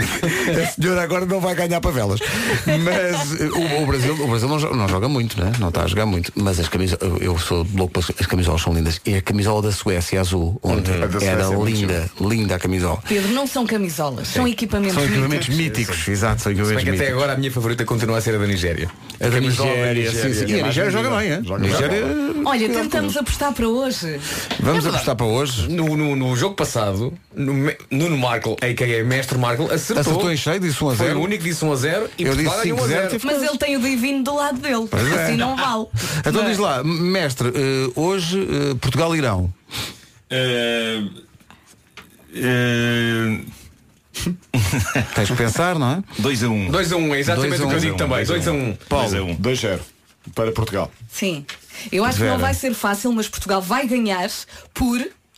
A: A senhora agora não vai ganhar para velas. Mas o Brasil não joga muito, né? Não está a jogar muito. Mas as camisolas, eu sou louco, as camisolas são lindas. E a camisola da Suécia azul, ontem, era linda a camisola.
C: Pedro, não são camisolas, são equipamentos
A: São equipamentos
C: míticos.
A: míticos, exato, são equipamentos
E: Se bem que até
A: míticos.
E: agora a minha favorita continua a ser a da Nigéria.
A: A da Nigéria, sim. E a Nigéria joga bem, hein? Nigéria...
C: Olha, tentamos apostar para hoje.
A: Vamos apostar para hoje.
E: No jogo passado, Nuno Marco, a.k.a. Mestre Marco,
A: Acertou em cheio, disse 1-0.
E: Foi o único que disse 1-0 e
A: Eu
E: Portugal
A: disse
E: ganhou
A: 5-0.
E: 1-0.
C: Mas ele tem o divino do lado dele. Assim não vale.
A: Então diz lá, mestre, hoje Portugal-Irão. Tens que pensar, não é?
H: 2-1.
E: 2-1, é exatamente o que eu digo também. 2-1.
I: Paulo, 2-0 para Portugal.
C: Sim. Eu acho que não vai ser fácil, mas Portugal vai ganhar por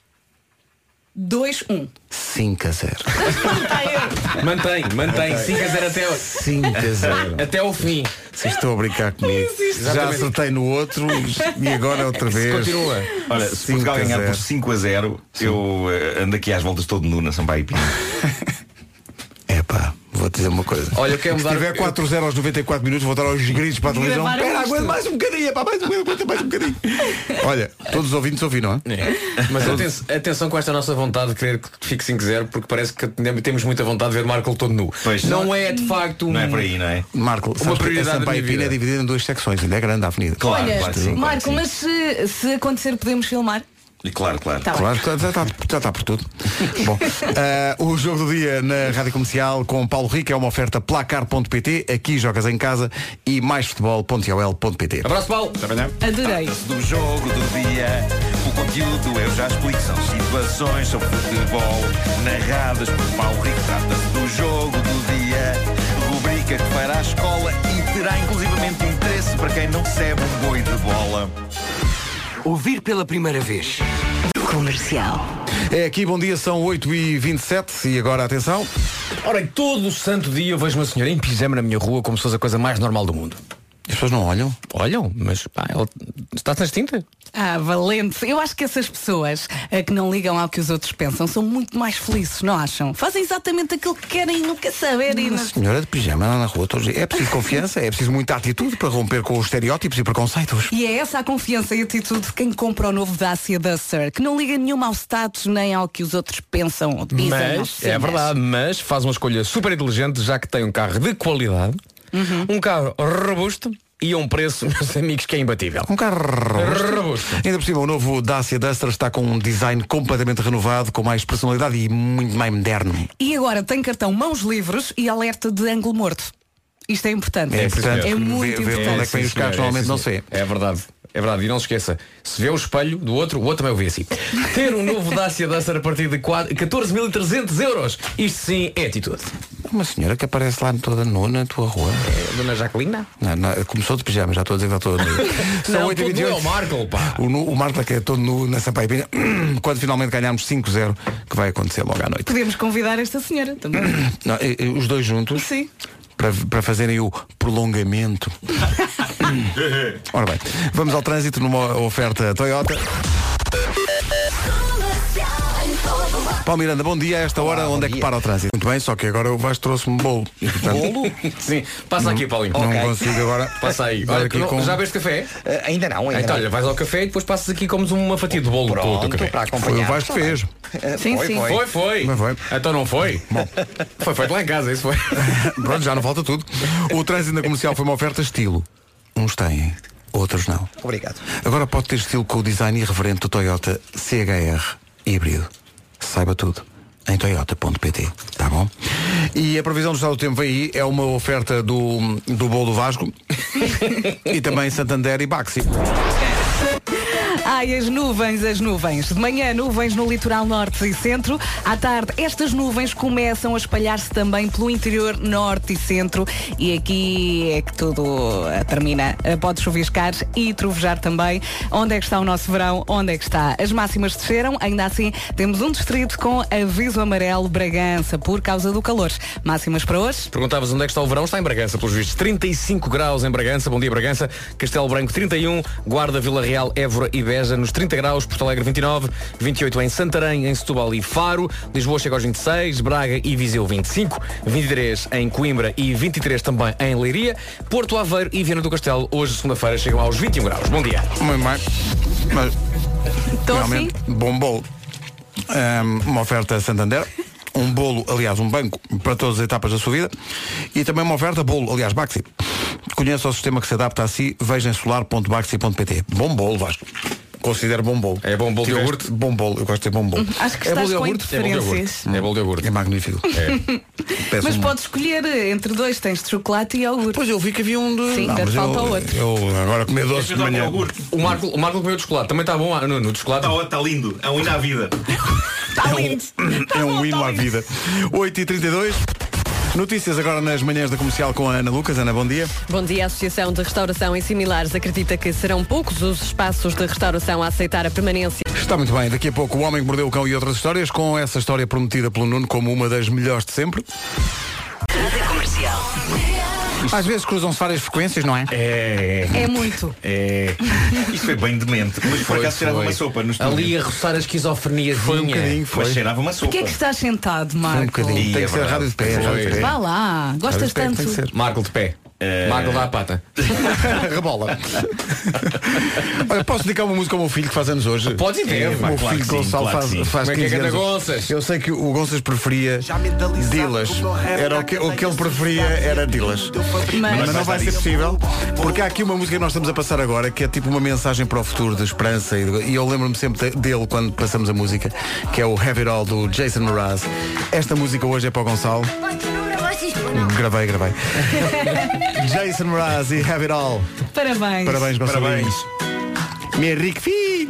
C: 2-1.
A: 5-0.
E: Mantém 5-0 até
A: 5-0.
E: até ao fim.
A: Se estou a brincar comigo. Já acertei no outro e agora outra vez.
E: Continua.
H: Olha, se Portugal ganhar por 5-0, eu ando aqui às voltas todo nu na Sampaio Pina.
A: Epá, vou-te dizer uma coisa.
E: Olha, eu quero
A: Se
E: mudar.
A: tiver 4-0 aos 94 minutos, vou dar aos gritos para a televisão.
C: Gravaram
A: Espera,
C: isto.
A: aguenta mais um bocadinho, pá, aguenta mais um bocadinho. Olha, todos os ouvintes ouviram, não é?
E: Mas atenção com esta nossa vontade de querer que fique 5-0, porque parece que temos muita vontade de ver Marco todo nu.
H: Pois.
E: Não é de facto
H: Não é por aí, não é?
A: Marco,
E: Uma prioridade
A: a Sampaio
E: da minha
A: Pina é
E: vida.
A: dividida em 2 secções, ainda é grande a avenida.
H: Claro,
C: Olha,
H: claro que sim, claro
C: Marco,
H: que
C: mas se acontecer podemos filmar?
H: Claro, claro.
C: Tá bem.
A: Claro, já está por tudo. Bom, o jogo do dia na Rádio Comercial com Paulo Rico é uma oferta placar.pt, aqui jogas em casa, e maisfutebol.ol.pt.
E: Abraço, Paulo.
I: Até amanhã.
C: Adorei.
H: Do jogo do dia, o conteúdo eu já explico. São situações sobre futebol narradas por Paulo Rico. Trata-se do jogo do dia, rubrica que fará a escola e terá inclusivamente interesse para quem não recebe um boi de bola.
J: Ouvir pela primeira vez.
D: Comercial.
A: É aqui, bom dia, são 8h27 e agora atenção.
E: Ora, todo o santo dia eu vejo uma senhora em pijama na minha rua como se fosse a coisa mais normal do mundo.
A: As pessoas não olham?
E: Olham, mas pá, ele está-se na extinta.
C: Valente. Eu acho que essas pessoas que não ligam ao que os outros pensam são muito mais felizes, não acham? Fazem exatamente aquilo que querem e nunca saberem.
A: Uma senhora de pijama lá na rua todos os dias. É preciso confiança, é preciso muita atitude para romper com os estereótipos e preconceitos.
C: E é essa a confiança e atitude de quem compra o novo Dacia Duster, que não liga nenhuma ao status nem ao que os outros pensam ou dizem.
E: Mas, é verdade, mas faz uma escolha super inteligente, já que tem um carro de qualidade, um carro robusto e a um preço, meus amigos, que é imbatível.
A: Um carro robusto. Ainda por cima, o novo Dacia Duster está com um design completamente renovado, com mais personalidade e muito mais moderno.
C: E agora tem cartão mãos livres e alerta de ângulo morto. Isto é importante.
A: É importante.
C: É muito importante.
A: Onde é que vem os carros, normalmente não se vê.
E: É verdade. É verdade, e não se esqueça, se vê o espelho do outro, o outro também o vê assim. Ter um novo Dacia Duster a partir de 14.300 euros. Isto sim é atitude.
A: Uma senhora que aparece lá toda nua na tua rua.
E: É a Dona Jaqueline?
A: Não, começou de pijama, já estou a dizer que está toda nua.
E: São 8h28. É o Marco, pá.
A: O Marco que é todo nu nessa paipinha. Quando finalmente ganharmos 5-0, que vai acontecer logo à noite.
C: Podemos convidar esta senhora também.
A: Não, os dois juntos.
C: Sim.
A: Para fazerem o prolongamento. Ora bem, vamos ao trânsito numa oferta Toyota. Paulo Miranda, bom dia. A esta hora, onde é que para o trânsito? Muito bem, só que agora o Vasco trouxe-me um bolo. E, portanto,
E: bolo? Sim, passa aqui, Paulinho.
A: Não consigo agora.
E: Passa aí. Olha, aqui com... Já bebes café?
B: Ainda não, ainda
E: então,
B: não.
E: Olha, vais ao café e depois passas aqui e comes uma fatia de bolo com o teu café.
B: Para acompanhar.
A: Foi o Vasco que fez.
C: Sim.
E: Foi.
A: Mas foi.
E: Então não foi?
A: Bom.
E: Foi feito lá em casa, isso foi.
A: Pronto, já não falta tudo. O trânsito na comercial foi uma oferta estilo. Uns têm, outros não.
B: Obrigado.
A: Agora pode ter estilo com o design irreverente do Toyota CHR híbrido. Saiba tudo em toyota.pt, tá bom? E a previsão do estado do tempo vem aí, é uma oferta do bolo do Vasco e também Santander e Baxi.
C: Ai, as nuvens. De manhã, nuvens no litoral norte e centro. À tarde, estas nuvens começam a espalhar-se também pelo interior norte e centro. E aqui é que tudo termina. Pode chuviscar e trovejar também. Onde é que está o nosso verão? Onde é que está? As máximas desceram. Ainda assim, temos um distrito com aviso amarelo, Bragança, por causa do calor. Máximas para hoje?
E: Perguntavas onde é que está o verão? Está em Bragança, pelos vistos. 35 graus em Bragança. Bom dia, Bragança. Castelo Branco, 31. Guarda, Vila Real, Évora e Beja nos 30 graus, Porto Alegre 29, 28 em Santarém, em Setúbal e Faro, Lisboa chega aos 26, Braga e Viseu 25, 23 em Coimbra e 23 também em Leiria, Porto Aveiro e Viana do Castelo, hoje segunda-feira chegam aos 21 graus. Bom dia.
A: Mas realmente, bom bolo. Uma oferta Santander. Um bolo, aliás, um banco para todas as etapas da sua vida. E também uma oferta bolo, aliás, Baxi. Conheça o sistema que se adapta a si. Veja em solar.baxi.pt. Bom bolo, Vasco. Considero bom bolo.
E: É bom bolo de iogurte?
A: Bom bolo, eu gosto de ter bom bolo.
C: Acho que estás com interferências.
E: É bolo de iogurte.
A: É magnífico.
C: Mas podes escolher entre dois, tens de chocolate e iogurte.
A: Pois eu vi que havia um de...
C: Sim, ainda falta o outro.
A: Eu agora comer doce de manhã.
E: O Marco comeu de chocolate. Também está bom no de chocolate.
H: Está lindo. É um hino à vida.
C: Está lindo.
A: É um hino à vida. 8h32. Notícias agora nas manhãs da comercial com a Ana Lucas. Ana, bom dia.
K: Bom dia. A Associação de Restauração e Similares acredita que serão poucos os espaços de restauração a aceitar a permanência.
A: Está muito bem. Daqui a pouco o Homem que Mordeu o Cão e outras histórias, com essa história prometida pelo Nuno como uma das melhores de sempre.
D: Comercial.
A: Às vezes cruzam-se várias frequências, não é?
C: É muito.
H: Isto foi bem demente. Mas por acaso cheirava uma sopa no estúdio.
E: Ali a roçar a esquizofrenia.
A: Foi um bocadinho,
H: Mas cheirava uma sopa.
C: Porquê é que estás sentado, Marco?
A: Foi um bocadinho. Tem que ser rádio de pé.
C: Vá lá. Gostas tanto.
E: Marco de pé. Marco dá a pata.
A: Rebola. Olha, posso dedicar uma música ao meu filho que faz anos hoje?
E: Pode ir.
A: O meu filho Gonçalo faz 15 anos.
E: Gonças?
A: Eu sei que o Gonças preferia Dilas. Era o que ele preferia era Dilas. Mas não vai ser possível, porque há aqui uma música que nós estamos a passar agora que é tipo uma mensagem para o futuro de esperança, e eu lembro-me sempre dele quando passamos a música, que é o Have It All do Jason Mraz. Esta música hoje é para o Gonçalo. Gravei. Jason Mraz e Have It All. Parabéns, Gonçalo. Minha rico filho.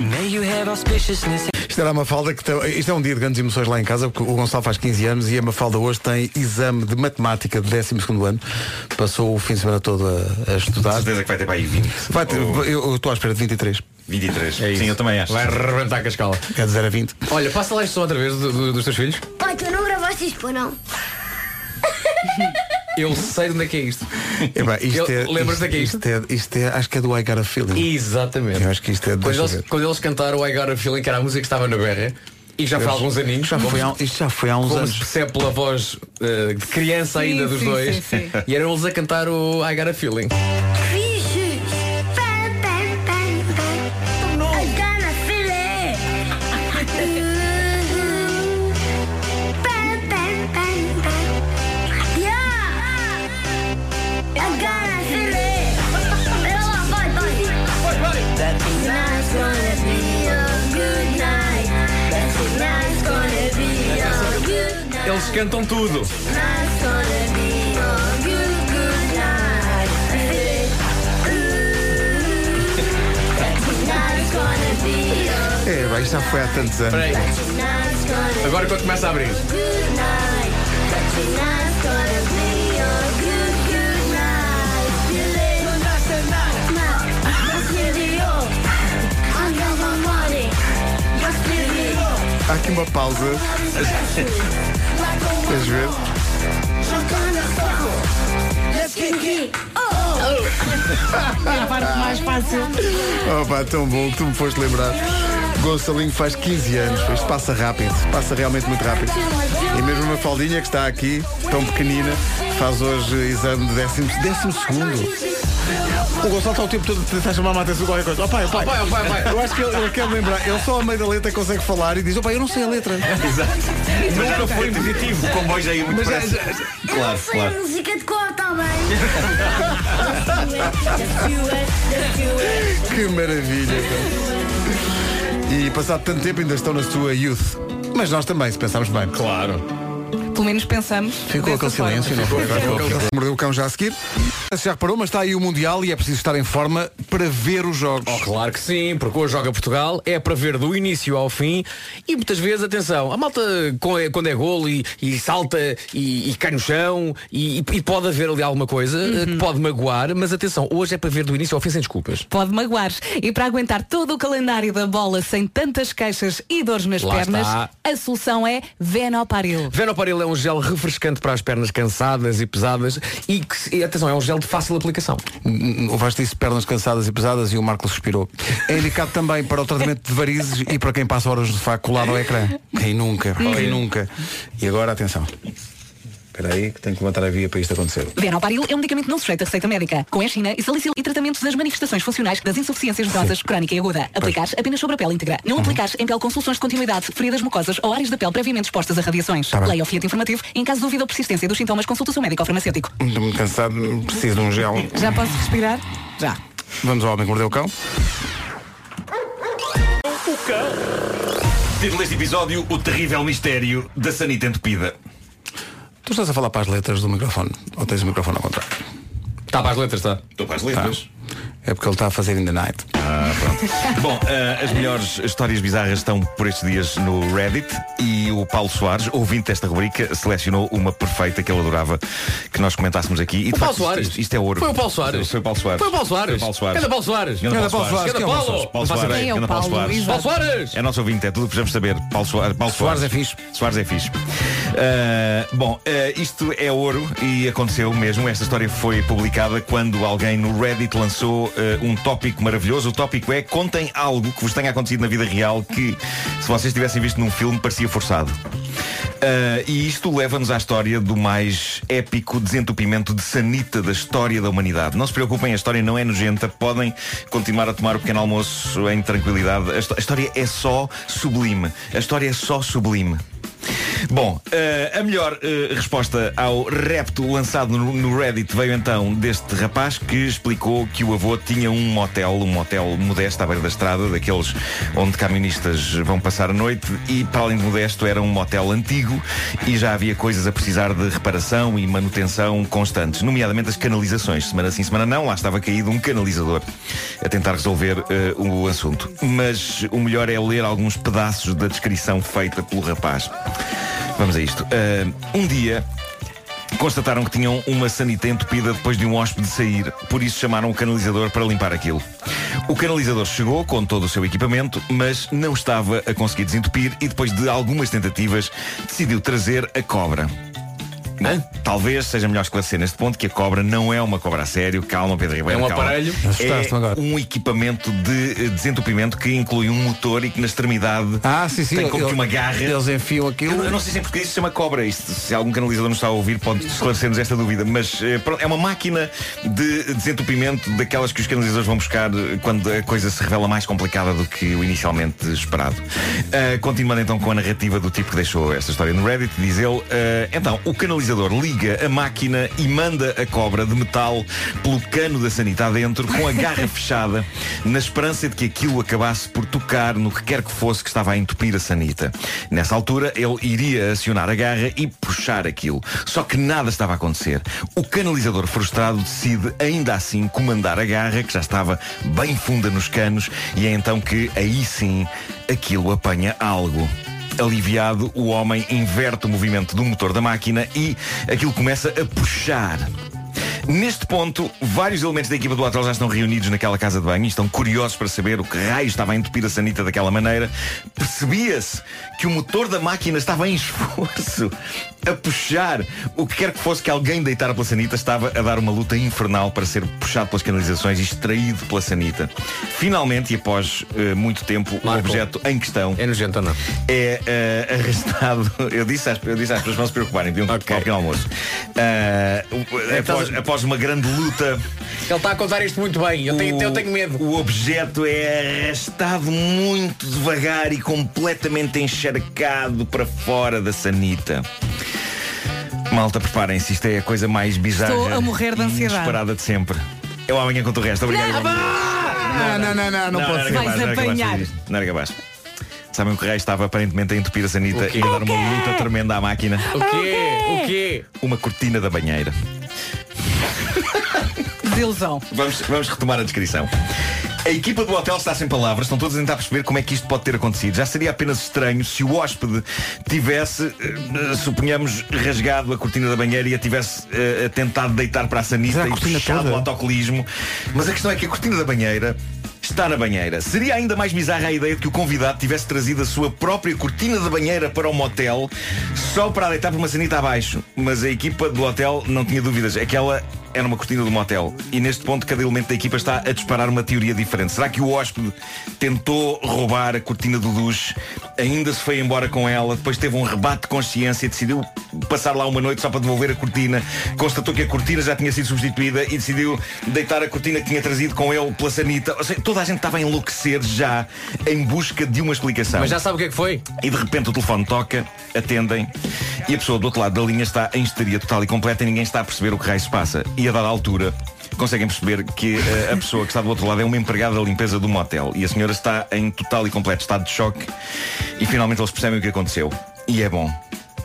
A: Isto era a Mafalda que isto é um dia de grandes emoções lá em casa, porque o Gonçalo faz 15 anos e a Mafalda hoje tem exame de matemática de 12º ano. Passou o fim de semana todo a estudar.
H: Certeza que vai ter para aí 20.
A: Vai ter, eu estou à espera de 23.
H: 23.
E: É isso.
H: Sim, eu também acho.
E: Vai arrebentar com a escala.
A: É de 0 a 20.
E: Olha, passa lá isto outra vez dos teus filhos.
F: Pai, tu não gravaste isto, pô, não?
E: Eu sei de onde é que é isto.
A: Lembras-te
E: de que é isto?
A: Isto é, acho que é do I Got a Feeling.
E: Exatamente.
A: Eu acho que isto é
E: quando eles cantaram o I Got a Feeling, que era a música que estava na berra, e já foi há alguns aninhos.
A: Isto já foi há uns anos.
E: Se percebe pela voz de criança ainda dos dois.
C: Sim.
E: E eram eles a cantar o I Got a Feeling. Eles cantam tudo.
A: Isto já foi há tantos anos.
E: Peraí. Agora quando começa a abrir.
A: Há aqui uma pausa. Queres ver?
C: É a parte mais fácil.
A: Opa, tão bom que tu me foste lembrar. Gonçalinho faz 15 anos. Isto passa rápido. Passa realmente muito rápido. E mesmo uma Mafaldinha que está aqui, tão pequenina, faz hoje exame de 12º. O Gonçalo está o tempo todo a tentar chamar a atenção de qualquer coisa. Oh pai. Eu acho que ele quer lembrar. Ele só a meio da letra consegue falar e diz: pai, eu não sei a letra.
H: Exato. Mas já não foi positivo. O comboio já ia muito depressa. Claro.
F: A música de cor também.
A: Que maravilha. E passado tanto tempo ainda estão na sua youth. Mas nós também, se pensarmos bem.
E: Claro.
C: Pelo menos pensamos.
A: Ficou aquele silêncio, não foi? Mordeu o cão já a seguir. Já reparou, mas está aí o Mundial e é preciso estar em forma para ver os jogos.
E: Oh, claro que sim, porque hoje joga Portugal, é para ver do início ao fim e muitas vezes, atenção, a malta quando é golo e salta e cai no chão e pode haver ali alguma coisa que pode magoar, mas atenção, hoje é para ver do início ao fim sem desculpas.
C: Pode magoar. E para aguentar todo o calendário da bola sem tantas queixas e dores nas pernas, a solução é Venoparil.
E: Venoparil é um gel refrescante para as pernas cansadas e pesadas e atenção, é um gel de fácil aplicação.
A: O Vasco disse pernas cansadas e pesadas e o Marcos respirou. É indicado também para o tratamento de varizes e para quem passa horas no sofá colado ao ecrã. Quem nunca. E agora, atenção. Espera aí, que tenho que levantar a via para isto acontecer.
C: Venoparil é um medicamento não sujeito a receita médica, com eschina e salicil e tratamentos das manifestações funcionais das insuficiências venosas crónica e aguda. Aplicar apenas sobre a pele íntegra. Não aplicar em pele com soluções de continuidade, feridas mucosas ou áreas da pele previamente expostas a radiações. Leia o folheto informativo. Em caso de dúvida ou persistência dos sintomas, consulte o seu médico ou farmacêutico.
A: Estou muito cansado, preciso de um gel.
C: Já posso respirar? Já.
A: Vamos ao Homem que Mordeu o Cão.
H: O cão. Título deste episódio: O terrível mistério da sanita entupida.
A: Tu estás a falar para as letras do microfone? Ou tens o microfone ao contrário?
E: Está para as letras, está?
H: Estou para as letras.
A: Tá. É porque ele está a fazer in the night.
H: Pronto. Bom, as melhores histórias bizarras estão por estes dias no Reddit e o Paulo Soares, ouvinte desta rubrica, selecionou uma perfeita que ele adorava que nós comentássemos aqui. E
E: o Paulo Soares?
H: Isto é ouro.
E: Foi o Paulo Soares.
H: Foi o Paulo Soares.
E: Foi o Paulo Soares.
H: Foi o Paulo Soares.
E: Cada Paulo Soares.
H: Cada Paulo Soares.
E: Cada Paulo.
H: Paulo Soares. Paulo Soares.
E: Paulo Soares.
H: É nosso ouvinte, é tudo o que precisamos saber. Paulo Soares.
A: Soares é fixe.
H: Soares é fixe. Bom, isto é ouro e aconteceu mesmo. Esta história foi publicada quando alguém no Reddit lançou um tópico maravilhoso. O tópico é: contem algo que vos tenha acontecido na vida real que, se vocês tivessem visto num filme, parecia forçado. E isto leva-nos à história do mais épico desentupimento de sanita da história da humanidade. Não se preocupem, a história não é nojenta. Podem continuar a tomar o pequeno almoço em tranquilidade. A história é só sublime. A história é só sublime. Bom, a melhor resposta ao repto lançado no Reddit veio então deste rapaz que explicou que o avô tinha um motel modesto à beira da estrada, daqueles onde camionistas vão passar a noite, e para além de modesto era um motel antigo e já havia coisas a precisar de reparação e manutenção constantes, nomeadamente as canalizações. Semana sim, semana não, lá estava caído um canalizador a tentar resolver o assunto. Mas o melhor é ler alguns pedaços da descrição feita pelo rapaz. Vamos a isto. Um dia constataram que tinham uma sanita entupida depois de um hóspede sair, por isso chamaram o canalizador para limpar aquilo. O canalizador chegou com todo o seu equipamento, mas não estava a conseguir desentupir e depois de algumas tentativas decidiu trazer a cobra. Bom, talvez seja melhor esclarecer neste ponto que a cobra não é uma cobra a sério. Calma, Pedro Ribeiro.
E: É um
H: calma.
E: aparelho.
H: É um equipamento de desentupimento que inclui um motor e que na extremidade tem como que uma garra.
A: Eles enfiam aquilo.
H: Eu não sei sempre porque isso se chama cobra. Isto, se algum canalizador nos está a ouvir, pode esclarecer-nos esta dúvida. Mas pronto, é uma máquina de desentupimento daquelas que os canalizadores vão buscar quando a coisa se revela mais complicada do que o inicialmente esperado. Continuando então com a narrativa do tipo que deixou esta história no Reddit, diz ele, então, o canalizador liga a máquina e manda a cobra de metal pelo cano da sanita adentro, com a garra fechada, na esperança de que aquilo acabasse por tocar no que quer que fosse que estava a entupir a sanita. Nessa altura, ele iria acionar a garra e puxar aquilo. Só que nada estava a acontecer. O canalizador frustrado decide, ainda assim, comandar a garra, que já estava bem funda nos canos, e é então que, aí sim, aquilo apanha algo. Aliviado, o homem inverte o movimento do motor da máquina e aquilo começa a puxar. Neste ponto, vários elementos da equipa do hotel já estão reunidos naquela casa de banho e estão curiosos para saber o que raio estava a entupir a sanita daquela maneira. Percebia-se que o motor da máquina estava em esforço a puxar o que quer que fosse que alguém deitara pela sanita. Estava a dar uma luta infernal para ser puxado pelas canalizações e extraído pela sanita. Finalmente, e após muito tempo, o objeto em questão
E: é nojento ou não?
H: É arrastado. Eu disse às pessoas não se preocuparem, deviam ao pequeno almoço. Após uma grande luta.
E: Ele está a contar isto muito bem. Eu tenho medo.
H: O objeto é arrastado muito devagar e completamente encharcado para fora da sanita. Malta, preparem-se, isto é a coisa mais bizarra.
C: Estou a morrer de ansiedade.
H: Inesperada de sempre. Eu amanhã conto o resto. Obrigado.
A: Não pode ser.
C: Vais apanhar.
H: Não era capaz. Sabem o que raio estava aparentemente a entupir a sanita e a dar uma luta tremenda à máquina?
E: O quê?
H: Uma cortina da banheira.
C: Desilusão.
H: Vamos retomar a descrição. A equipa do hotel está sem palavras, estão todos a tentar perceber como é que isto pode ter acontecido. Já seria apenas estranho se o hóspede tivesse, suponhamos, rasgado a cortina da banheira e a tivesse tentado deitar para a sanita e puxado o autocolismo. Mas a questão é que a cortina da banheira está na banheira. Seria ainda mais bizarra a ideia de que o convidado tivesse trazido a sua própria cortina da banheira para o motel só para a deitar para uma sanita abaixo. Mas a equipa do hotel não tinha dúvidas. Aquela era uma cortina do motel. E neste ponto cada elemento da equipa está a disparar uma teoria diferente. Será que o hóspede tentou roubar a cortina do duche, ainda se foi embora com ela, depois teve um rebate de consciência, decidiu passar lá uma noite só para devolver a cortina, constatou que a cortina já tinha sido substituída e decidiu deitar a cortina que tinha trazido com ele pela sanita? Ou seja, toda a gente estava a enlouquecer já em busca de uma explicação.
E: Mas já sabe o que é que foi?
H: E de repente o telefone toca, atendem e a pessoa do outro lado da linha está em histeria total e completa e ninguém está a perceber o que raio se passa. E a dada altura conseguem perceber que a pessoa que está do outro lado é uma empregada da limpeza do motel e a senhora está em total e completo estado de choque e finalmente eles percebem o que aconteceu. E é bom.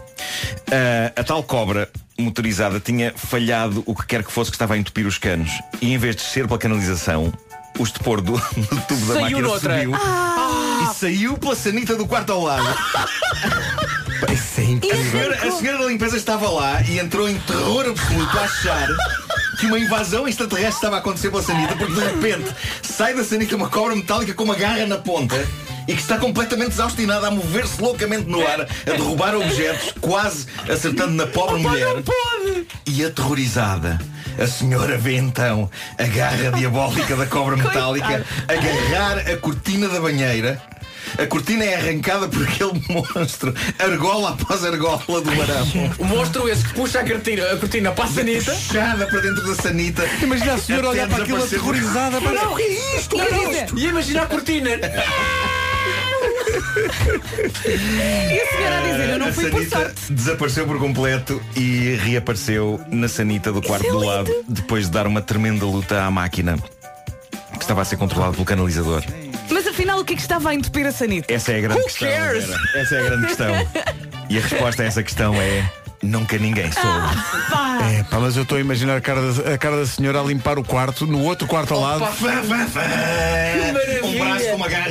H: A tal cobra motorizada tinha falhado o que quer que fosse que estava a entupir os canos e em vez de descer pela canalização, o estupor do tubo da máquina subiu e saiu pela sanita do quarto ao lado.
A: Isso é incrível.
H: A senhora da limpeza estava lá e entrou em terror absoluto a achar que uma invasão extraterrestre estava a acontecer pela sanita, porque de repente sai da sanita uma cobra metálica com uma garra na ponta e que está completamente exaustinada a mover-se loucamente no ar, a derrubar objetos, quase acertando na pobre mulher.
E: Não pode.
H: E aterrorizada, a senhora vê então a garra diabólica da cobra metálica agarrar a cortina da banheira. A cortina é arrancada por aquele monstro, argola após argola do marão.
E: O monstro esse que puxa a cortina para a sanita,
H: puxada para dentro da sanita.
A: Imagina a senhora olhar para aquilo aterrorizada. Mas não, o que é isto?
E: E imagina a cortina.
C: E a senhora a dizer, eu não fui por sorte.
H: Desapareceu por completo e reapareceu na sanita do quarto do lado, depois de dar uma tremenda luta à máquina que estava a ser controlada pelo canalizador.
C: Mas afinal, o que é que estava a entupir a sanita?
H: Essa é a grande questão. Vera. Essa é a grande questão. E a resposta a essa questão é: nunca ninguém soube.
A: Mas eu estou a imaginar a cara da senhora a limpar o quarto, no outro quarto ao lado.
H: Um braço com uma garra.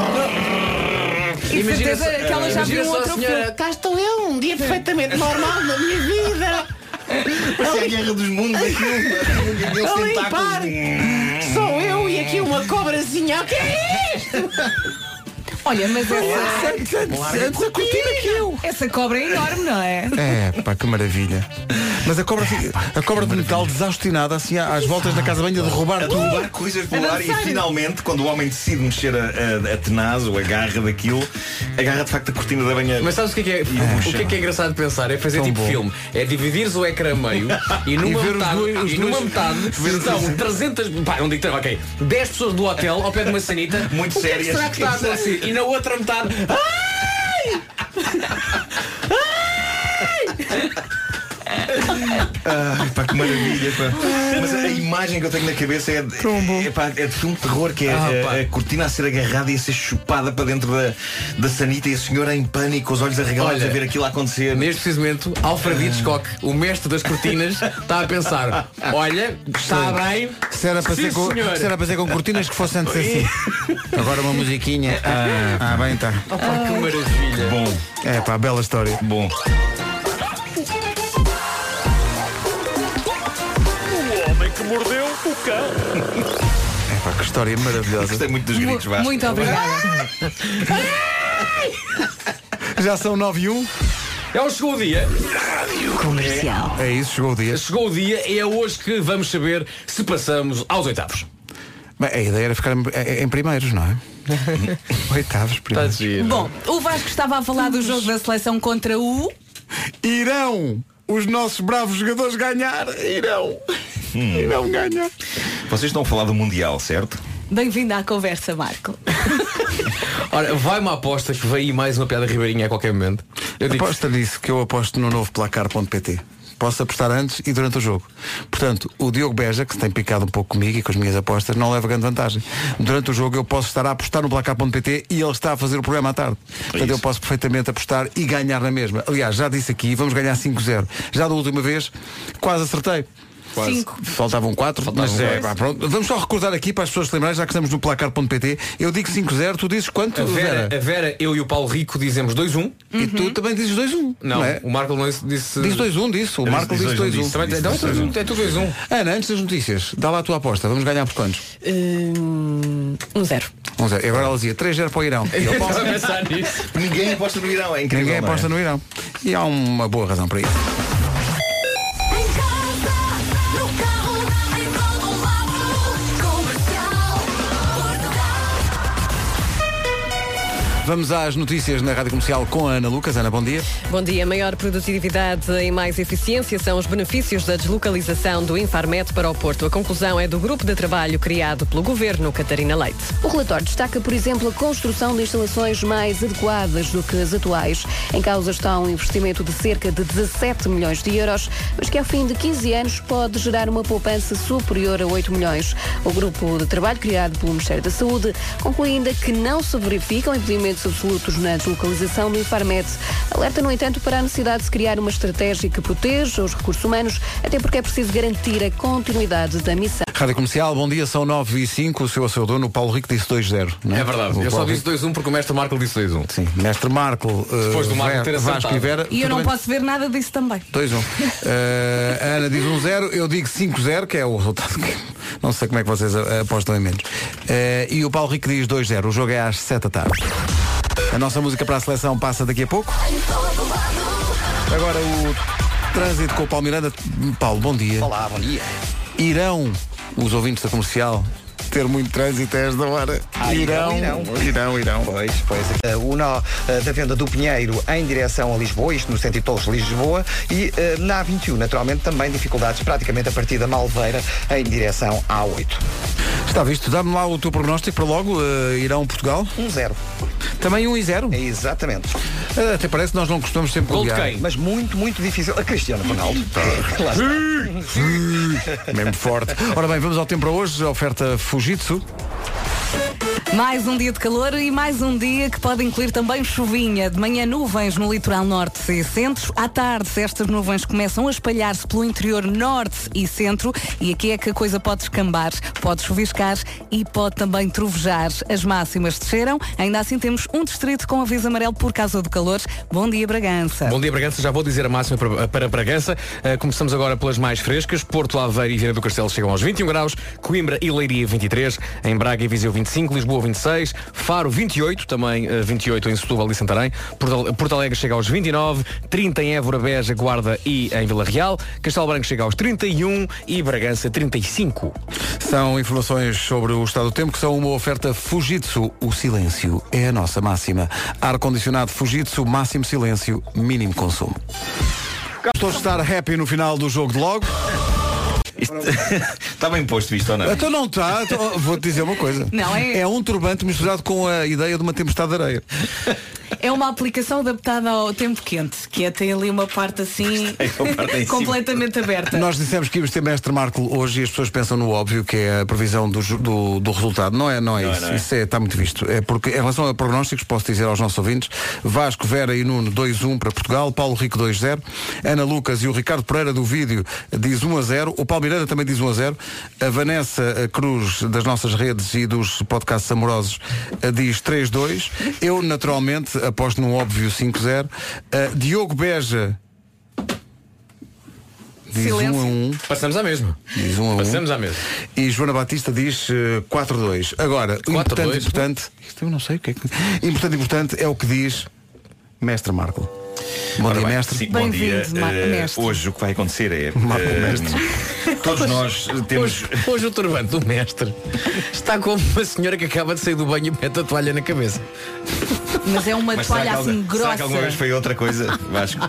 C: E certeza que ela já viu outro filme.
L: Cá estou eu, um dia perfeitamente normal na minha vida.
H: Parece a guerra dos mundos aquilo.
L: A limpar. Sou eu e aqui uma cobrazinha. O que é isto?
C: Olha, mas
A: antes a cortina que eu.
C: Essa cobra é enorme, não é?
A: É, pá, que maravilha. Mas a cobra de metal desaustinada, assim, às voltas da casa banha, de roubar tudo.
H: Roubar coisas pelo ar e finalmente, quando o homem decide mexer a tenaz ou a garra daquilo, agarra de facto a cortina da banheira.
E: Mas sabes o que é? O que é engraçado de pensar? É fazer tipo filme. É dividires o ecrã a meio e numa metade estão 300, pá, não digo, ok, 10 pessoas do hotel ao pé de uma sanita.
H: Muito sérias.
E: Será que está assim? E na outra metade. Ai!
H: Ai, pá, que maravilha, pá. Mas a imagem que eu tenho na cabeça é de filme de terror, que é a cortina a ser agarrada e a ser chupada para dentro da sanita e a senhora em pânico, os olhos arregalados a ver aquilo a acontecer.
E: Neste precisamente, Alfred Hitchcock, o mestre das cortinas, está a pensar: olha, está bem.
A: Se era para ser com cortinas que fossem antes assim. Agora uma musiquinha. Bem, está.
E: Que maravilha.
H: Bom.
A: É pá, bela história.
H: Bom.
M: Que mordeu o cão.
A: É pá, que história maravilhosa.
H: Gostei muito dos gritos, Vasco.
C: Muito obrigada.
A: Já são 9:01.
E: Chegou o dia.
D: Rádio Comercial.
A: É isso, chegou o dia.
E: Chegou o dia e é hoje que vamos saber se passamos aos oitavos.
A: Bem, a ideia era ficar em primeiros, não é? Oitavos, primeiros.
C: Bom, o Vasco estava a falar do jogo da seleção contra o...
A: Irão os nossos bravos jogadores ganhar. Irão ganhar.
H: Vocês estão a falar do Mundial, certo?
C: Bem-vindo à conversa, Marco.
E: Ora, vai uma aposta que vem aí mais uma piada ribeirinha a qualquer momento.
A: Aposta nisso, que eu aposto no novo placar.pt. Posso apostar antes e durante o jogo. Portanto, o Diogo Beja, que se tem picado um pouco comigo e com as minhas apostas, não leva grande vantagem. Durante o jogo eu posso estar a apostar no placar.pt e ele está a fazer o programa à tarde. Portanto, eu posso perfeitamente apostar e ganhar na mesma. Aliás, já disse aqui, vamos ganhar 5-0. Já da última vez, quase acertei.
C: Quase.
A: Faltavam 4. Pronto. Vamos só recordar aqui para as pessoas se lembrarem, já que estamos no placar.pt. Eu digo 5-0, tu dizes quanto?
E: A Vera, eu e o Paulo Rico dizemos 2-1.
A: E tu também dizes 2-1.
E: Não,
A: é?
E: o Marco não disse.
A: Diz 2-1 disso. O Marco disse 2-1.
E: Então é tudo 2-1.
A: Ana, antes das notícias, dá lá a tua aposta. Vamos ganhar por quantos?
C: 1-0.
A: 1-0. E agora ela dizia 3-0 para o Irão.
E: Eu posso pensar nisso.
H: Ninguém aposta no Irão, é incrível.
A: Ninguém aposta no Irão. E há uma boa razão para isso. Vamos às notícias na Rádio Comercial com a Ana Lucas. Ana, bom dia.
K: Bom dia. Maior produtividade e mais eficiência são os benefícios da deslocalização do Infarmed para o Porto. A conclusão é do grupo de trabalho criado pelo Governo Catarina Leite.
N: O relatório destaca, por exemplo, a construção de instalações mais adequadas do que as atuais. Em causa está um investimento de cerca de 17 milhões de euros, mas que ao fim de 15 anos pode gerar uma poupança superior a 8 milhões. O grupo de trabalho criado pelo Ministério da Saúde conclui ainda que não se verificam impedimentos absolutos na deslocalização do Infarmed. Alerta, no entanto, para a necessidade de se criar uma estratégia que proteja os recursos humanos, até porque é preciso garantir a continuidade da missão.
A: Rádio Comercial, bom dia, são 9:05. O seu dono, o Paulo Rico, disse 2-0.
E: É verdade, eu só disse 2-1 porque o mestre Marco disse 2-1.
A: Sim, mestre Marco,
E: depois do Marco ter
A: Vasco e Vera.
C: E eu não posso ver nada disso também.
A: 2-1. A Ana diz 1-0, eu digo 5-0, que é o resultado que não sei como é que vocês apostam em menos. E o Paulo Rico diz 2-0. O jogo é às 7 da tarde. A nossa música para a seleção passa daqui a pouco. Agora o trânsito com o Paulo Miranda. Paulo, bom dia.
B: Olá, bom dia.
A: Irão os ouvintes da Comercial ter muito trânsito a esta hora. Irão.
B: Pois. O nó da venda do Pinheiro em direção a Lisboa, isto no sentido Torres-Lisboa, e na A21, naturalmente, também dificuldades praticamente a partir da Malveira em direção à A8.
A: Está visto. Dá-me lá o teu prognóstico para logo, Irão-Portugal.
B: 1-0.
A: Também 1-0?
B: É exatamente.
A: Até parece que nós não costumamos sempre golear.
B: Mas muito, muito difícil. A Cristiano Ronaldo.
A: Mesmo forte. Ora bem, vamos ao tempo para hoje. A oferta Fujitsu.
C: Mais um dia de calor e mais um dia que pode incluir também chuvinha. De manhã nuvens no litoral norte e centro. À tarde estas nuvens começam a espalhar-se pelo interior norte e centro. E aqui é que a coisa pode escambar, pode chuviscar e pode também trovejar. As máximas desceram. Ainda assim temos um distrito com aviso amarelo por causa do calor. Bom dia, Bragança.
E: Bom dia, Bragança. Já vou dizer a máxima para Bragança. Começamos agora pelas mais frescas. Porto, Aveiro e Viana do Castelo chegam aos 21 graus. Coimbra e Leiria 23. Em Braga e Viseu 25. Lisboa Lisboa 26, Faro 28, também 28 em Setúbal e Santarém, Porto Alegre chega aos 29, 30 em Évora, Beja, Guarda e em Vila Real, Castelo Branco chega aos 31 e Bragança 35.
A: São informações sobre o estado do tempo que são uma oferta Fujitsu. O silêncio é a nossa máxima. Ar-condicionado Fujitsu, máximo silêncio, mínimo consumo. Estou a estar happy no final do jogo de logo.
H: Está bem posto isto ou não?
A: Então não está. Vou-te dizer uma coisa.
C: Não,
A: é um turbante misturado com a ideia de uma tempestade de areia.
C: É uma aplicação adaptada ao tempo quente, que tem ali uma parte assim completamente aberta.
A: Nós dissemos que íamos ter Mestre Marco hoje e as pessoas pensam no óbvio, que é a previsão do resultado. Não é isso. Não é. Isso está muito visto. É porque, em relação a prognósticos, posso dizer aos nossos ouvintes, Vasco, Vera e Nuno 2-1 para Portugal, Paulo Rico 2-0, Ana Lucas e o Ricardo Pereira do vídeo diz 1-0, o Paulo Miranda também diz 1-0, a Vanessa Cruz das nossas redes e dos podcasts amorosos diz 3-2, eu naturalmente aposto num óbvio 5-0. Diogo Beja diz 1-1.
E: Passamos à mesma.
A: Diz 1-1.
E: Passamos à mesma.
A: E Joana Batista diz 4-2. Agora, o importante, isto eu não sei o que é que... Importante é o que diz Mestre Marco. Bom dia, mestre.
H: Sim, bom dia. Hoje o que vai acontecer é todos nós temos.
E: Hoje o turbante do mestre está como uma senhora que acaba de sair do banho e mete a toalha na cabeça.
C: Mas é uma toalha assim grossa.
H: Será que alguma vez foi outra coisa, Vasco?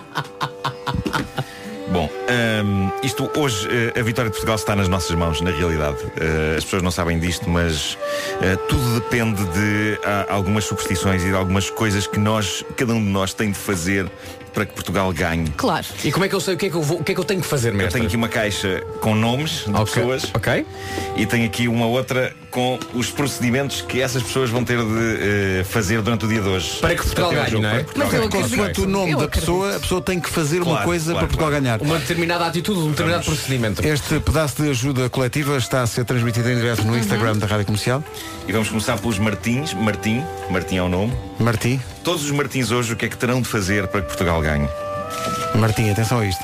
H: Bom, isto hoje a vitória de Portugal está nas nossas mãos, na realidade. As pessoas não sabem disto, mas tudo depende de algumas superstições e de algumas coisas que cada um de nós tem de fazer para que Portugal ganhe.
C: Claro.
E: E como é que eu sei o que é que eu tenho que fazer, mestre?
H: Eu tenho aqui uma caixa com nomes de pessoas.
E: Ok.
H: E tenho aqui uma outra com os procedimentos que essas pessoas vão ter de fazer durante o dia de hoje.
E: Para que Portugal ganhe, não é?
C: Mas eu
A: consoante o nome da pessoa, a pessoa tem que fazer uma coisa para Portugal ganhar.
E: Uma determinada atitude, um determinado procedimento.
A: Este pedaço de ajuda coletiva está a ser transmitido em direto no Instagram da Rádio Comercial.
H: E vamos começar pelos Martins. Martim é o nome.
A: Martim.
H: Todos os Martins hoje, o que é que terão de fazer para que Portugal ganhe?
A: Martim, atenção a isto.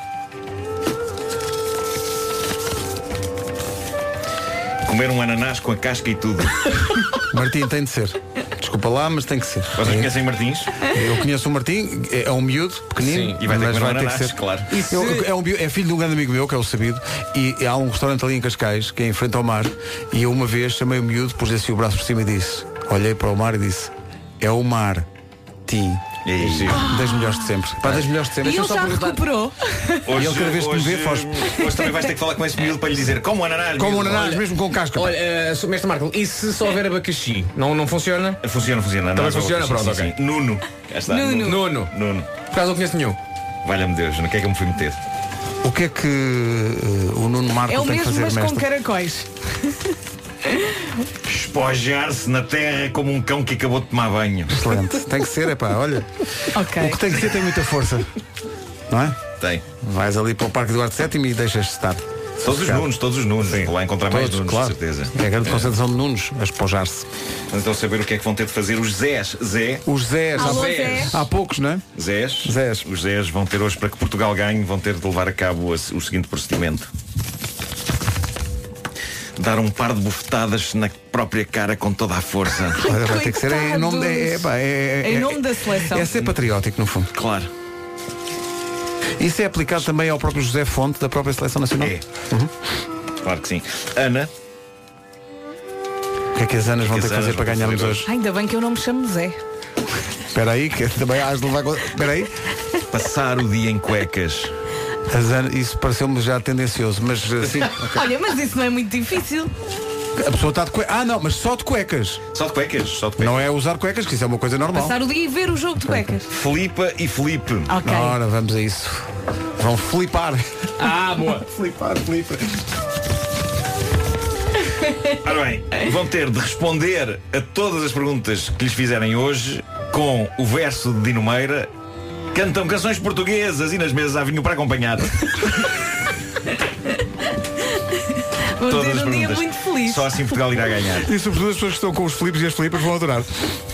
H: Comer um ananás com a casca e tudo.
A: Martim, tem de ser. Desculpa lá, mas tem que ser.
H: Vocês conhecem Martins?
A: Eu conheço o Martim, é um miúdo, pequenino.
H: Sim, e vai ter que comer um
A: ter
H: ananás,
A: que ser.
H: claro.
A: É filho de um grande amigo meu, que é o Sabido, e há um restaurante ali em Cascais, que é em frente ao mar, e eu uma vez chamei o miúdo, pus assim o braço por cima e disse, olhei para o mar e disse, é o mar, Tim. Das melhores de sempre. Das melhores de sempre.
C: E ele já recuperou.
A: E ele cada vez que me vê foge.
H: Hoje também vais ter que falar com esse miúdo para lhe dizer como ananás.
A: Como ananás, mesmo com casca.
E: Olha, mestre Marco, e se só houver abacaxi? Não funciona?
H: Funciona.
E: Também funciona, pronto, ok.
H: Nuno. Cá está.
E: Nuno. Por causa não conheço nenhum.
H: Valha-me Deus, no que é que eu me fui meter?
A: O que é que o Nuno Marco tem que fazer, mestre?
C: É o mesmo, mas com caracóis.
H: Espojar-se na terra como um cão que acabou de tomar banho.
A: Excelente. Tem que ser, olha.
C: Okay.
A: O que tem que ser tem muita força. Não é?
H: Tem.
A: Vais ali para o Parque Eduardo VII e deixas-te estar.
H: Todos os Nunos. Vou lá encontrar mais Nunos,
A: claro.
H: com certeza.
A: É a grande concentração de Nunos, a espojar-se.
H: Mas então saber o que é que vão ter de fazer os Zés.
A: Os Zés. Há poucos, não é?
H: Zés. Os Zés vão ter hoje, para que Portugal ganhe, vão ter de levar a cabo o seguinte procedimento. Dar um par de bufetadas na própria cara com toda a força.
A: Vai ter que ser em nome
C: da seleção.
A: É ser patriótico, no fundo.
H: Claro.
A: Isso é aplicado também ao próprio José Fonte da própria Seleção Nacional?
H: É. Claro que sim. Ana.
A: O que é que as Anas vão ter que fazer para ganharmos hoje?
C: Ainda bem que eu não me chamo Zé.
A: Espera aí, que também has de levar... Espera aí.
H: Passar o dia em cuecas.
A: Isso pareceu-me já tendencioso, mas assim...
C: Okay. Olha, mas isso não é muito difícil.
A: A pessoa está de cuecas. Ah, não, mas só de cuecas.
H: Só de cuecas.
A: Não é usar cuecas, que isso é uma coisa normal.
C: Passar o dia e ver o jogo de cuecas.
H: Filipa e Filipe.
C: Ok.
A: Ora, vamos a isso. Vão flipar.
E: Boa.
A: Flipar.
H: Ora bem, vão ter de responder a todas as perguntas que lhes fizerem hoje com o verso de Dino Meira. Cantam canções portuguesas e nas mesas há vinho para acompanhar.
C: Vou ter um dia muito feliz.
H: Só assim Portugal irá ganhar.
A: E sobretudo as pessoas que estão com os Filipes e as Filipas vão adorar.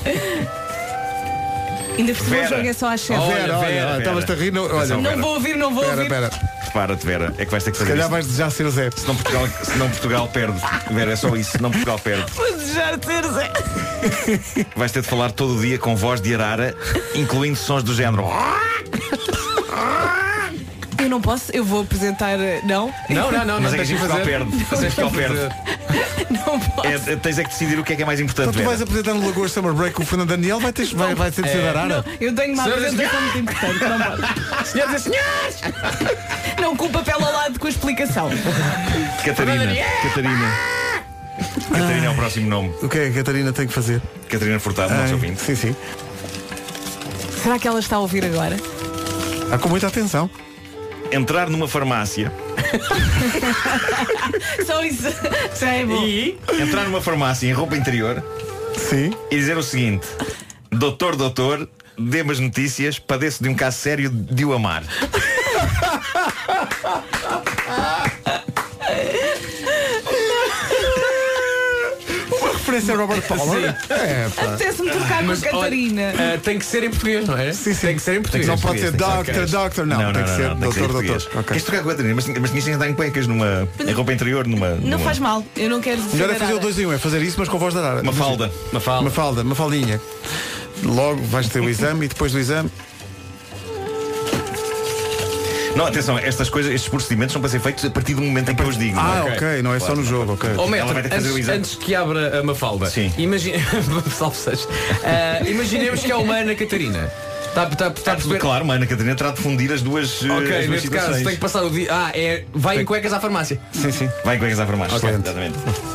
C: Ainda por cima o jogo é só às 7.
A: Vera, estavas-te a rir.
C: Não vou ouvir.
A: Espera.
H: Prepara-te, Vera. É que vais ter que fazer.
A: Se calhar
H: isso.
A: vais desejar ser Zé.
H: Senão Portugal perde. Vera, é só isso. Senão Portugal perde.
C: Vou desejar ser Zé.
H: vais ter de falar todo o dia com voz de arara, incluindo sons do género.
C: Eu não posso, eu vou apresentar. Não?
E: Não,
H: mas é que
E: tens de
H: Portugal
E: fazer.
H: perde. Portugal perde.
C: Não posso.
H: Tens é que decidir o que é mais importante.
A: Então tu vais apresentar no Lagoas Summer Break com o Fernando Daniel, vai ter de ser arara.
C: Não, eu tenho uma apresentação muito importante. Não posso.
E: Senhoras e senhores!
C: Não, com o papel ao lado com a explicação.
H: Catarina é o próximo nome.
A: O que é que a Catarina tem que fazer?
H: Catarina Furtado, nosso ouvinte.
A: Sim.
C: Será que ela está a ouvir agora?
A: Com muita atenção.
H: Entrar numa farmácia.
C: Só isso. Já é bom.
H: E entrar numa farmácia em roupa interior.
A: Sim.
H: E dizer o seguinte: doutor, dê-me as notícias, padeço de um caso sério de o amar.
A: Referência a Robert Palmer.
C: Apetece-me trocar com a Catarina.
E: Tem que ser em português, não é?
A: Sim.
E: Tem que ser em português.
A: Não pode ser doctor, não. Tem que ser doutor.
H: Queres trocar com a Catarina? Mas tinhas que andar em cuecas, em roupa interior,
C: Não faz mal, eu não quero.
A: Melhor é fazer o 2 em 1, é fazer isso, mas com voz da arara. Uma faldinha. Logo vais ter o exame e depois do exame.
H: Não, atenção, estas coisas, estes procedimentos são para ser feitos a partir do momento em que eu os digo.
A: Ok, não é só no jogo, ok.
H: Ela vai ter que fazer o exame.
E: Antes que abra a Mafalda, imaginemos que é uma Ana Catarina. Está a perceber?
H: Claro, uma Ana Catarina terá de fundir as duas.
E: Ok, neste caso tem que passar o dia. Vai em cuecas à farmácia.
A: Sim.
H: Vai em cuecas à farmácia.
A: Okay.
H: Exatamente.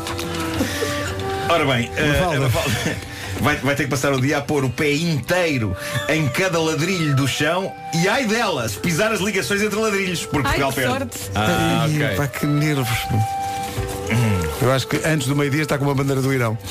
H: Ora bem, vai ter que passar o dia a pôr o pé inteiro em cada ladrilho do chão e ai dela, se pisar as ligações entre ladrilhos, porque Portugal perde.
C: Sorte.
H: Ok.
A: Pá, que nervos. Eu acho que antes do meio-dia está com uma bandeira do Irão.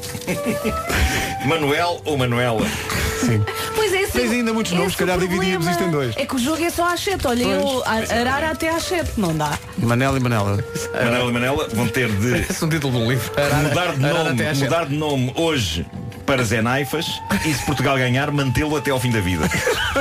H: Manuel ou Manuela?
A: Sim.
C: Pois é,
A: tens ainda muitos nomes, se calhar dividimos isto em 2.
C: É que o jogo é só às 7. Olha, eu arara até às 7, não dá.
A: Manela e Manela.
H: Manela e Manela vão ter de
E: Esse é um título de um livro.
H: mudar de nome hoje para Zé Naifas e se Portugal ganhar, mantê-lo até ao fim da vida.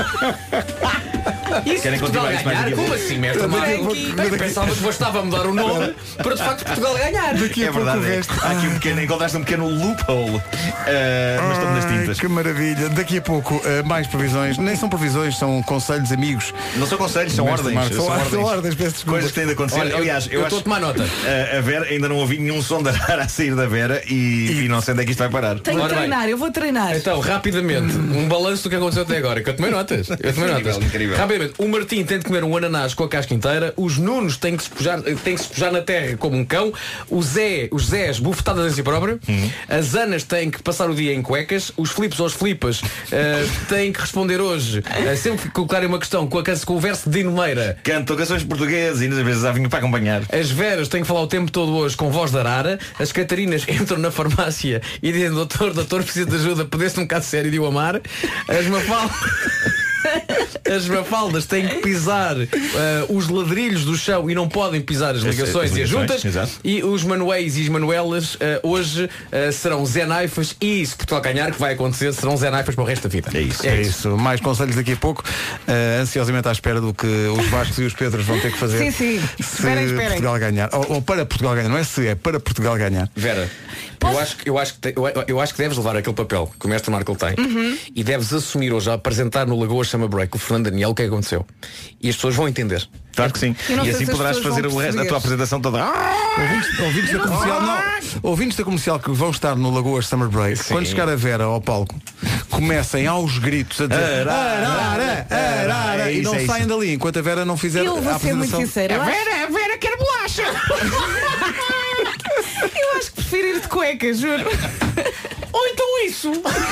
E: Isso
H: Querem
E: Portugal
H: continuar isso mais
E: ganhar?
H: daqui a
E: Como
H: pouco?
E: assim, mestre? Pensava que bastava mudar o nome para de facto Portugal ganhar.
H: É verdade. Há aqui encontraste um pequeno loophole. Mas estamos nas tintas.
A: Que maravilha. Daqui a pouco mais previsões. Nem são previsões, são conselhos amigos.
H: Não são conselhos, são ordens.
A: São ordens, peço desculpa.
H: Coisas que têm de acontecer.
E: Olha,
H: aliás,
E: eu estou a tomar nota.
H: A Vera, ainda não ouvi nenhum som da Rara a sair da Vera e não sei onde é que isto vai parar.
C: Tenho que treinar, eu vou treinar.
E: Então, rapidamente, um balanço do que aconteceu até agora, que eu tomei notas.
H: Incrível.
E: Rapidamente, o Martim tem de comer um ananás com a casca inteira, os Nunos têm que se pujar na terra como um cão, os Zés bufetadas em si próprio, as Anas têm que passar o dia em cuecas, os Filipes ou as Filipas têm que responder hoje, sempre que colocarem uma questão com o verso de Dino Meira.
H: Canto canções portuguesas e às vezes há vinho para acompanhar.
E: As Veras têm que falar o tempo todo hoje com voz de arara, as Catarinas entram na farmácia e dizem doutor, precisa de ajuda, pedesse um caso sério de o amar. As Mafaldas têm que pisar os ladrilhos do chão e não podem pisar as ligações e as juntas.
H: Exato.
E: E os Manuéis e as Manuelas hoje serão Zé Naifas e se Portugal ganhar, que vai acontecer, serão Zé Naifas para o resto da vida.
A: É isso. Mais conselhos daqui a pouco. Ansiosamente à espera do que os Vascos e os Pedros vão ter que fazer.
C: Sim.
A: Se Portugal ganhar. Ou para Portugal ganhar. Não é se, é para Portugal ganhar.
E: Vera, eu acho que deves levar aquele papel que o mestre Marco tem e deves assumir hoje a apresentar no Lagoas Summer Break o Fernando Daniel o que é que aconteceu. E as pessoas vão entender.
H: Claro que sim. E assim poderás fazer o resto da tua apresentação toda.
A: Ouvintes da comercial, ouvintes da comercial que vão estar no Lagoas Summer Break, quando chegar a Vera ao palco, comecem aos gritos a dizer arara, e não saem dali enquanto a Vera não fizer
C: eu vou
A: a
C: ser muito
A: apresentação.
C: sincera.
L: A Vera quer bolacha.
C: Eu acho que prefiro ir de cuecas, juro.
L: Ou então isso.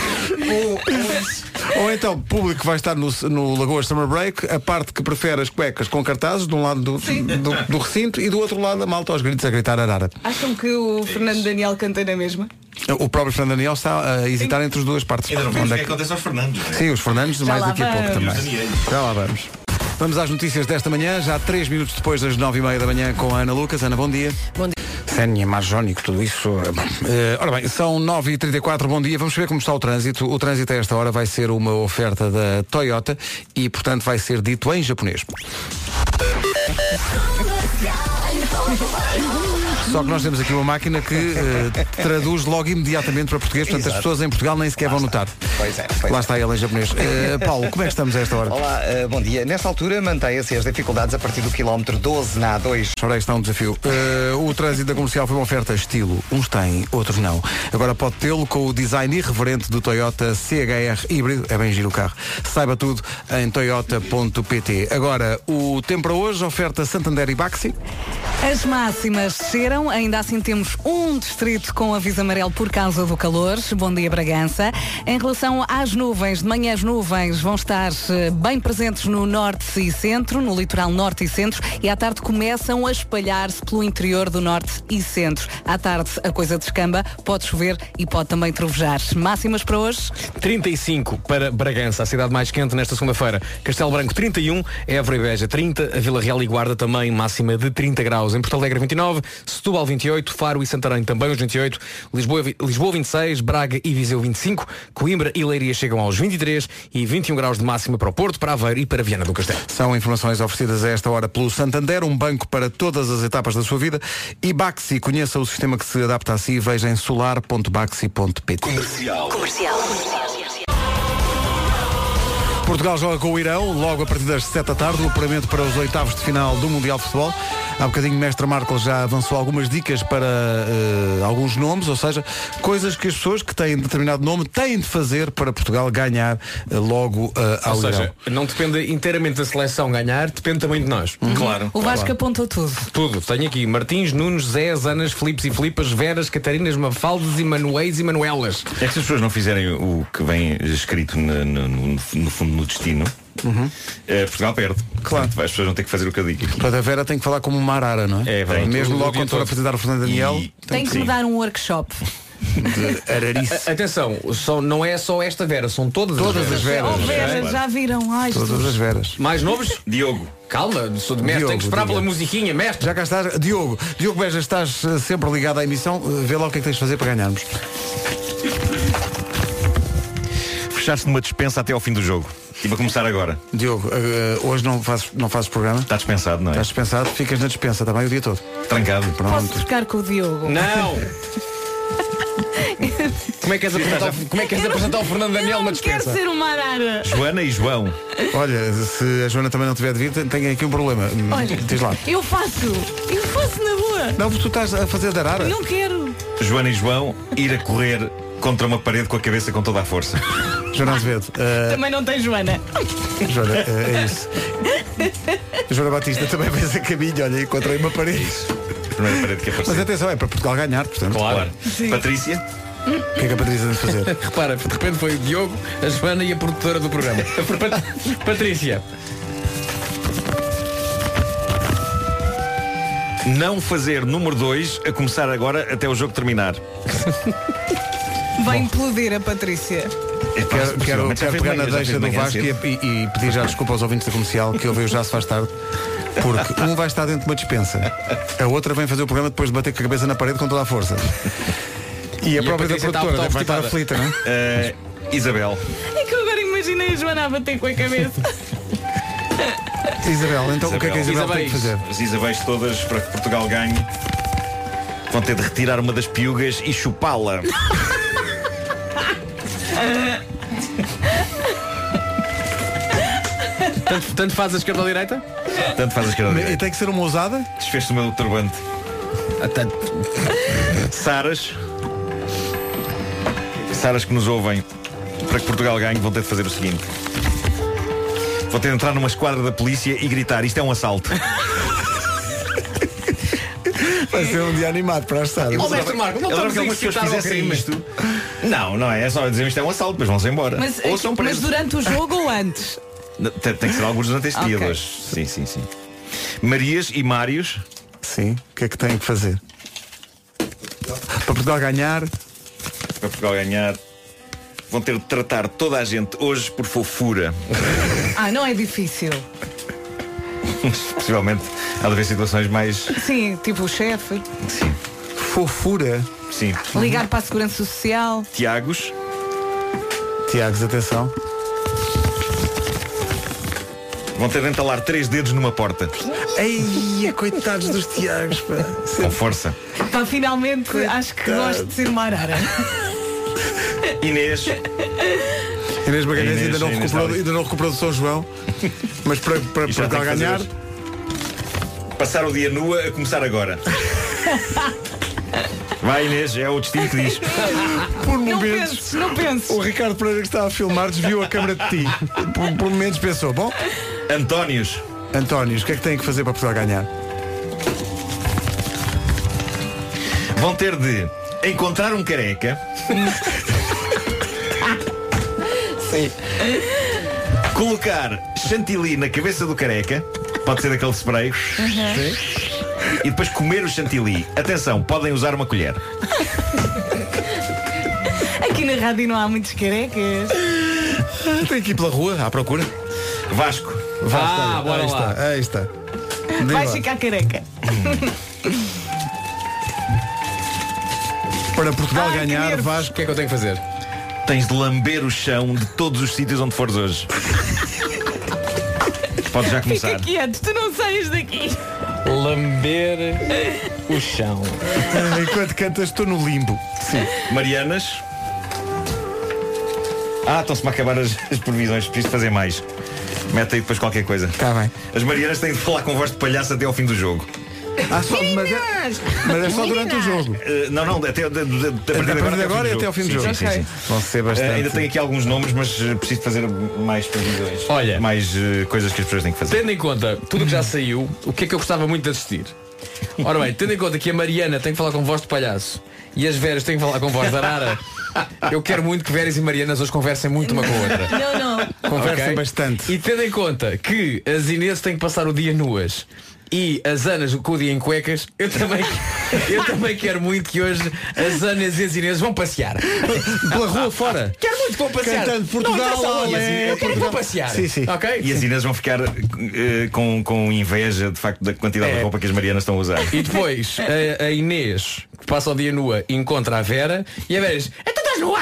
A: Ou então, público que vai estar no Lagoas Summer Break, a parte que prefere as cuecas com cartazes, de um lado do recinto e do outro lado a malta aos gritos a gritar arara.
C: Acham que o Fernando Daniel canta na mesma?
A: O próprio Fernando Daniel está a hesitar entre as duas partes.
H: Ainda não vemos o que acontece aos Fernandes.
A: Sim, os Fernandes, mais
C: lá
A: daqui a pouco
C: vamos.
A: também. Já lá vamos. Vamos às notícias desta manhã, já 3 minutos depois das 9h30 da manhã com a Ana Lucas. Ana, bom dia.
K: Bom dia.
A: Sénia, Marjónico, tudo isso. Ora bem, são 9h34, bom dia. Vamos ver como está o trânsito. O trânsito a esta hora vai ser uma oferta da Toyota e, portanto, vai ser dito em japonês. Só que nós temos aqui uma máquina que traduz logo imediatamente para português, portanto as pessoas em Portugal nem sequer vão notar.
B: Pois é.
A: Lá está ele em japonês. Paulo, como é que estamos a esta hora?
B: Olá, bom dia. Nesta altura mantém-se as dificuldades a partir do quilómetro 12 na A2.
A: Ora, aí está um desafio. O trânsito da comercial foi uma oferta estilo. Uns têm, outros não. Agora pode tê-lo com o design irreverente do Toyota CHR híbrido. É bem giro o carro. Saiba tudo em toyota.pt. Agora, o tempo para hoje, oferta Santander e Baxi.
C: As máximas desceram, ainda assim temos um distrito com aviso amarelo por causa do calor. Bom dia, Bragança. Em relação às nuvens, de manhã as nuvens vão estar bem presentes no norte e centro, no litoral norte e centro, e à tarde começam a espalhar-se pelo interior do norte e centro. À tarde a coisa descamba, pode chover e pode também trovejar. Máximas para hoje?
E: 35 para Bragança, a cidade mais quente nesta segunda-feira. Castelo Branco 31, Évora e Beja 30, a Vila Real e Guarda também máxima de 30 graus. Em Porto Alegre 29, Setúbal 28, Faro e Santarém também os 28, Lisboa 26, Braga e Viseu 25, Coimbra e Leiria chegam aos 23 e 21 graus de máxima para o Porto, para Aveiro e para Viana do Castelo.
A: São informações oferecidas a esta hora pelo Santander, um banco para todas as etapas da sua vida. E Baxi, conheça o sistema que se adapta a si, veja em solar.baxi.pt.
D: Comercial.
A: Portugal joga com o Irão, logo a partir das 7 da tarde, o apuramento para os oitavos de final do Mundial de Futebol. Há bocadinho o mestre Marco já avançou algumas dicas para alguns nomes, ou seja, coisas que as pessoas que têm determinado nome têm de fazer para Portugal ganhar logo ao Irão.
E: Ou seja, não depende inteiramente da seleção ganhar, depende também de nós.
A: Claro.
C: O Vasco apontou tudo.
E: Tudo. Tenho aqui Martins, Nunes, Zés, Anas, Filipes e Filipas, Veras, Catarinas, Mafaldas, Emanuéis e Manuelas.
H: É que se as pessoas não fizerem o que vem escrito no fundo no destino, Portugal perde.
A: Claro.
H: Portanto, as pessoas vão ter que fazer o que eu digo.
A: Portanto, a Vera tem que falar como uma arara, não é?
H: É verdade.
A: Mesmo logo quando for apresentar o Fernando Daniel.
C: Tem que me dar um workshop.
A: De ararice.
E: Atenção, não é só esta Vera, são todas as Veras.
C: Oh, Vera, já viram? Ai,
A: todas as Veras.
E: Mais novos?
H: Diogo.
E: Calma, sou de mestre, tenho que esperar pela musiquinha, mestre.
A: Já cá estás. Diogo Beja, estás sempre ligado à emissão. Vê lá o que é que tens de fazer para ganharmos.
H: Fechar-se numa dispensa até ao fim do jogo. E para começar agora.
A: Diogo, hoje não fazes programa?
H: Está dispensado, não é?
A: Estás dispensado, ficas na dispensa também o dia todo.
H: Trancado.
A: Pronto.
C: Posso trocar com o Diogo?
E: Não! Como é que queres apresentar o Fernando Daniel na dispensa?
C: Quero ser uma arara.
H: Joana e João.
A: Olha, se a Joana também não tiver de vir, tem aqui um problema.
C: Olha,
A: diz lá.
C: Eu faço na boa.
A: Não, porque tu estás a fazer da arara.
C: Não quero.
H: Joana e João ir a correr contra uma parede com a cabeça com toda a força.
A: Joana Azevedo.
C: Também não tem Joana.
A: Joana, é isso. Joana Batista também fez a caminho, olha, encontrei uma parede.
H: É isso. Primeira parede que apareceu.
A: Mas atenção, é para Portugal ganhar, portanto.
H: Claro. Patrícia.
A: O que é que a Patrícia tem de fazer?
E: Repara, de repente foi o Diogo, a Joana e a produtora do programa. Patrícia.
H: Não fazer número 2 a começar agora até o jogo terminar.
C: Vai implodir a Patrícia.
A: Quero pegar na deixa do Vasco e pedir já desculpa aos ouvintes da comercial que ouviu já se faz tarde. Porque um vai estar dentro de uma dispensa, a outra vem fazer o programa depois de bater com a cabeça na parede com toda a força. E a própria da produtora vai estar aflita, não é?
H: Isabel.
C: É que eu agora imaginei a Joana a bater com a cabeça.
A: Isabel, então o que é que a Isabel tem que fazer?
H: As Isabéis todas, para que Portugal ganhe, vão ter de retirar uma das piugas e chupá-la.
E: Tanto faz a esquerda ou a direita?
H: Tanto faz a esquerda ou a direita.
A: E tem que ser uma ousada?
H: Desfez-se o meu turbante. Saras que nos ouvem, para que Portugal ganhe, vão ter de fazer o seguinte: vão ter de entrar numa esquadra da polícia e gritar: isto é um assalto.
A: Vai ser um dia animado para as Saras.
E: Ó, mestre Marco, não estamos a incitar ao crime.
H: Isto. Não é só dizer isto é um assalto, depois vão-se embora.
C: Mas durante o jogo ou antes?
H: Tem que ser alguns durante este dia, dois. Sim. Marias e Mários.
A: Sim, o que é que têm que fazer? Para Portugal ganhar.
H: Vão ter de tratar toda a gente hoje por fofura.
C: Não é difícil.
H: Possivelmente há de haver situações mais...
C: Sim, tipo o chefe.
H: Sim.
A: Fofura.
H: Sim.
C: Ligar para a Segurança Social.
H: Tiagos,
A: atenção.
H: Vão ter de entalar 3 dedos numa porta.
A: Ei, coitados dos Tiagos, pá.
H: Com força.
C: Pá, finalmente acho que gosto de ser uma arara.
H: Inês
A: Magalhães ainda não recuperou do São João. Mas para ganhar.
H: Passar o dia nua a começar agora. Vai, Inês, é o destino que diz.
A: Por momentos,
C: não penses.
A: O Ricardo Pereira, que está a filmar, desviou a câmara de ti. Por momentos pensou, bom.
H: Antónios,
A: o que é que têm que fazer para Portugal ganhar?
H: vão ter de encontrar um careca.
E: Sim.
H: Colocar chantilly na cabeça do careca. Pode ser aquele spray. Sim. E depois comer o chantilly. Atenção, podem usar uma colher.
C: Aqui na rádio não há muitos carecas.
A: Tem que ir pela rua à procura.
H: Vasco.
E: Bora lá.
A: Aí está.
C: Vais ficar careca.
A: Para Portugal ganhar, Vasco,
E: o que é que eu tenho que fazer?
H: Tens de lamber o chão de todos os sítios onde fores hoje. Podes já começar.
C: Fica quieto, tu não saias daqui.
E: Lamber o chão.
A: Enquanto cantas, estou no limbo.
H: Sim. Marianas. Estão-se-me a acabar as previsões. Preciso fazer mais. Mete aí depois qualquer coisa.
A: Está bem.
H: As Marianas têm de falar com voz de palhaço até ao fim do jogo.
A: Mas é só durante o jogo.
H: Não, até a partir de agora
A: e até ao fim do jogo.
H: Sim.
A: Vão ser bastante.
H: Ainda tenho aqui alguns nomes, mas preciso fazer mais previsões.
E: Olha,
H: mais coisas que as pessoas têm que fazer.
E: Tendo em conta tudo o que já saiu, o que é que eu gostava muito de assistir? Ora bem, tendo em conta que a Mariana tem que falar com voz de palhaço e as Veras têm que falar com voz de arara, eu quero muito que Veras e Marianas hoje conversem muito uma com a outra.
C: Não.
A: Conversem bastante.
E: E tendo em conta que as Inês têm que passar o dia nuas e as Anas com o dia em cuecas, eu também quero muito que hoje as Anas e as Inês vão passear
A: pela rua fora.
E: Quero muito que vão passear.
A: Cantando Portugal,
E: eu quero que vão passear.
A: Sim.
E: Okay?
H: E as Inês vão ficar com inveja de facto da quantidade de roupa que as Marianas estão a usar.
E: E depois a Inês, que passa o dia nua, encontra a Vera e a Vera diz: tu estás nua?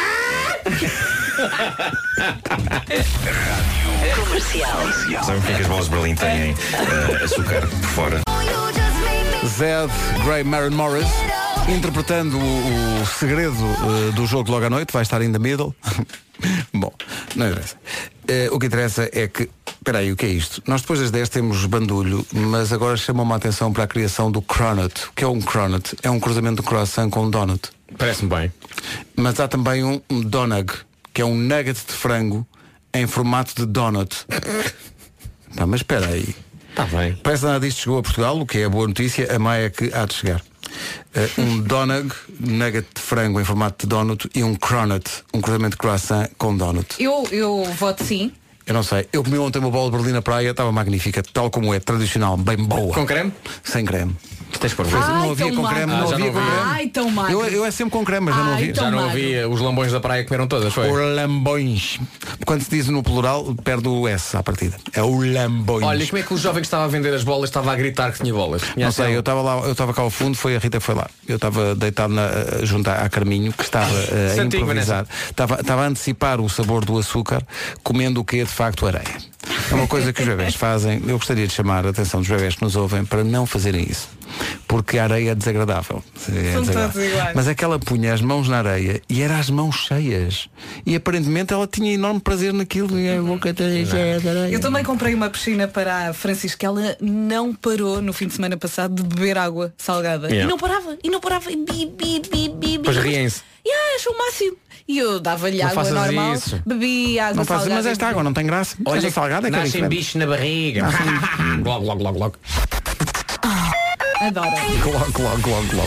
H: Sabem porque é que as bolas de Berlim têm açúcar por fora?
A: Zed, Grey Maren Morris, interpretando o segredo do jogo logo à noite, vai estar in the middle. Bom, não interessa. O que interessa é que, espera aí, o que é isto? Nós depois das 10 temos bandulho, mas agora chamou-me a atenção para a criação do cronut. O que é um cronut? É um cruzamento de croissant com um donut.
E: Parece-me bem.
A: Mas há também um donug, que é um nugget de frango em formato de donut. Mas espera aí.
E: Está bem.
A: Parece que nada disto chegou a Portugal, o que é a boa notícia, a má é que há de chegar. Um donug, nugget de frango em formato de donut, e um cronut, um cruzamento de croissant com donut.
C: Eu voto sim.
A: Eu não sei. Eu comi ontem uma bola de Berlim na praia, estava magnífica, tal como é, tradicional, bem boa.
E: Com creme?
A: Sem creme.
E: Tens por ver.
A: Não havia com creme, não havia com creme.
C: Ai, tão magro.
A: Eu é sempre com creme, mas já não havia.
C: tão
E: Já não
C: magro.
E: havia. Os lambões da praia comeram todas, foi?
A: Os lambões. Quando se diz no plural, perde o S à partida. É o lambões.
E: Olha, e como é que o jovem que estava a vender as bolas estava a gritar que tinha bolas?
A: Não sei, eu estava lá, eu estava cá ao fundo, foi a Rita que foi lá. Eu estava deitado junto à Carminho, que estava a improvisar. Estava a antecipar o sabor do açúcar, comendo o que é de facto areia. É uma coisa que os bebés fazem. Eu gostaria de chamar a atenção dos bebés que nos ouvem para não fazerem isso. Porque a areia é desagradável.
C: São todos iguais.
A: Mas é que ela punha as mãos na areia e eram as mãos cheias. E aparentemente ela tinha enorme prazer naquilo. E a boca toda cheia de areia.
C: Eu também comprei uma piscina para a Francisca. Ela não parou no fim de semana passado de beber água salgada.
E: Yeah.
C: E não parava. E bi.
E: Pois riem-se.
C: Achou o máximo. E eu dava-lhe água normal.
E: Isso.
C: Bebi água
A: Não
C: salgada.
A: mas esta água não tem graça.
E: Olha,
A: esta salgada é que é
E: nascem
A: diferente.
E: bichos na barriga. Logo.
C: Adoro.
A: Logo.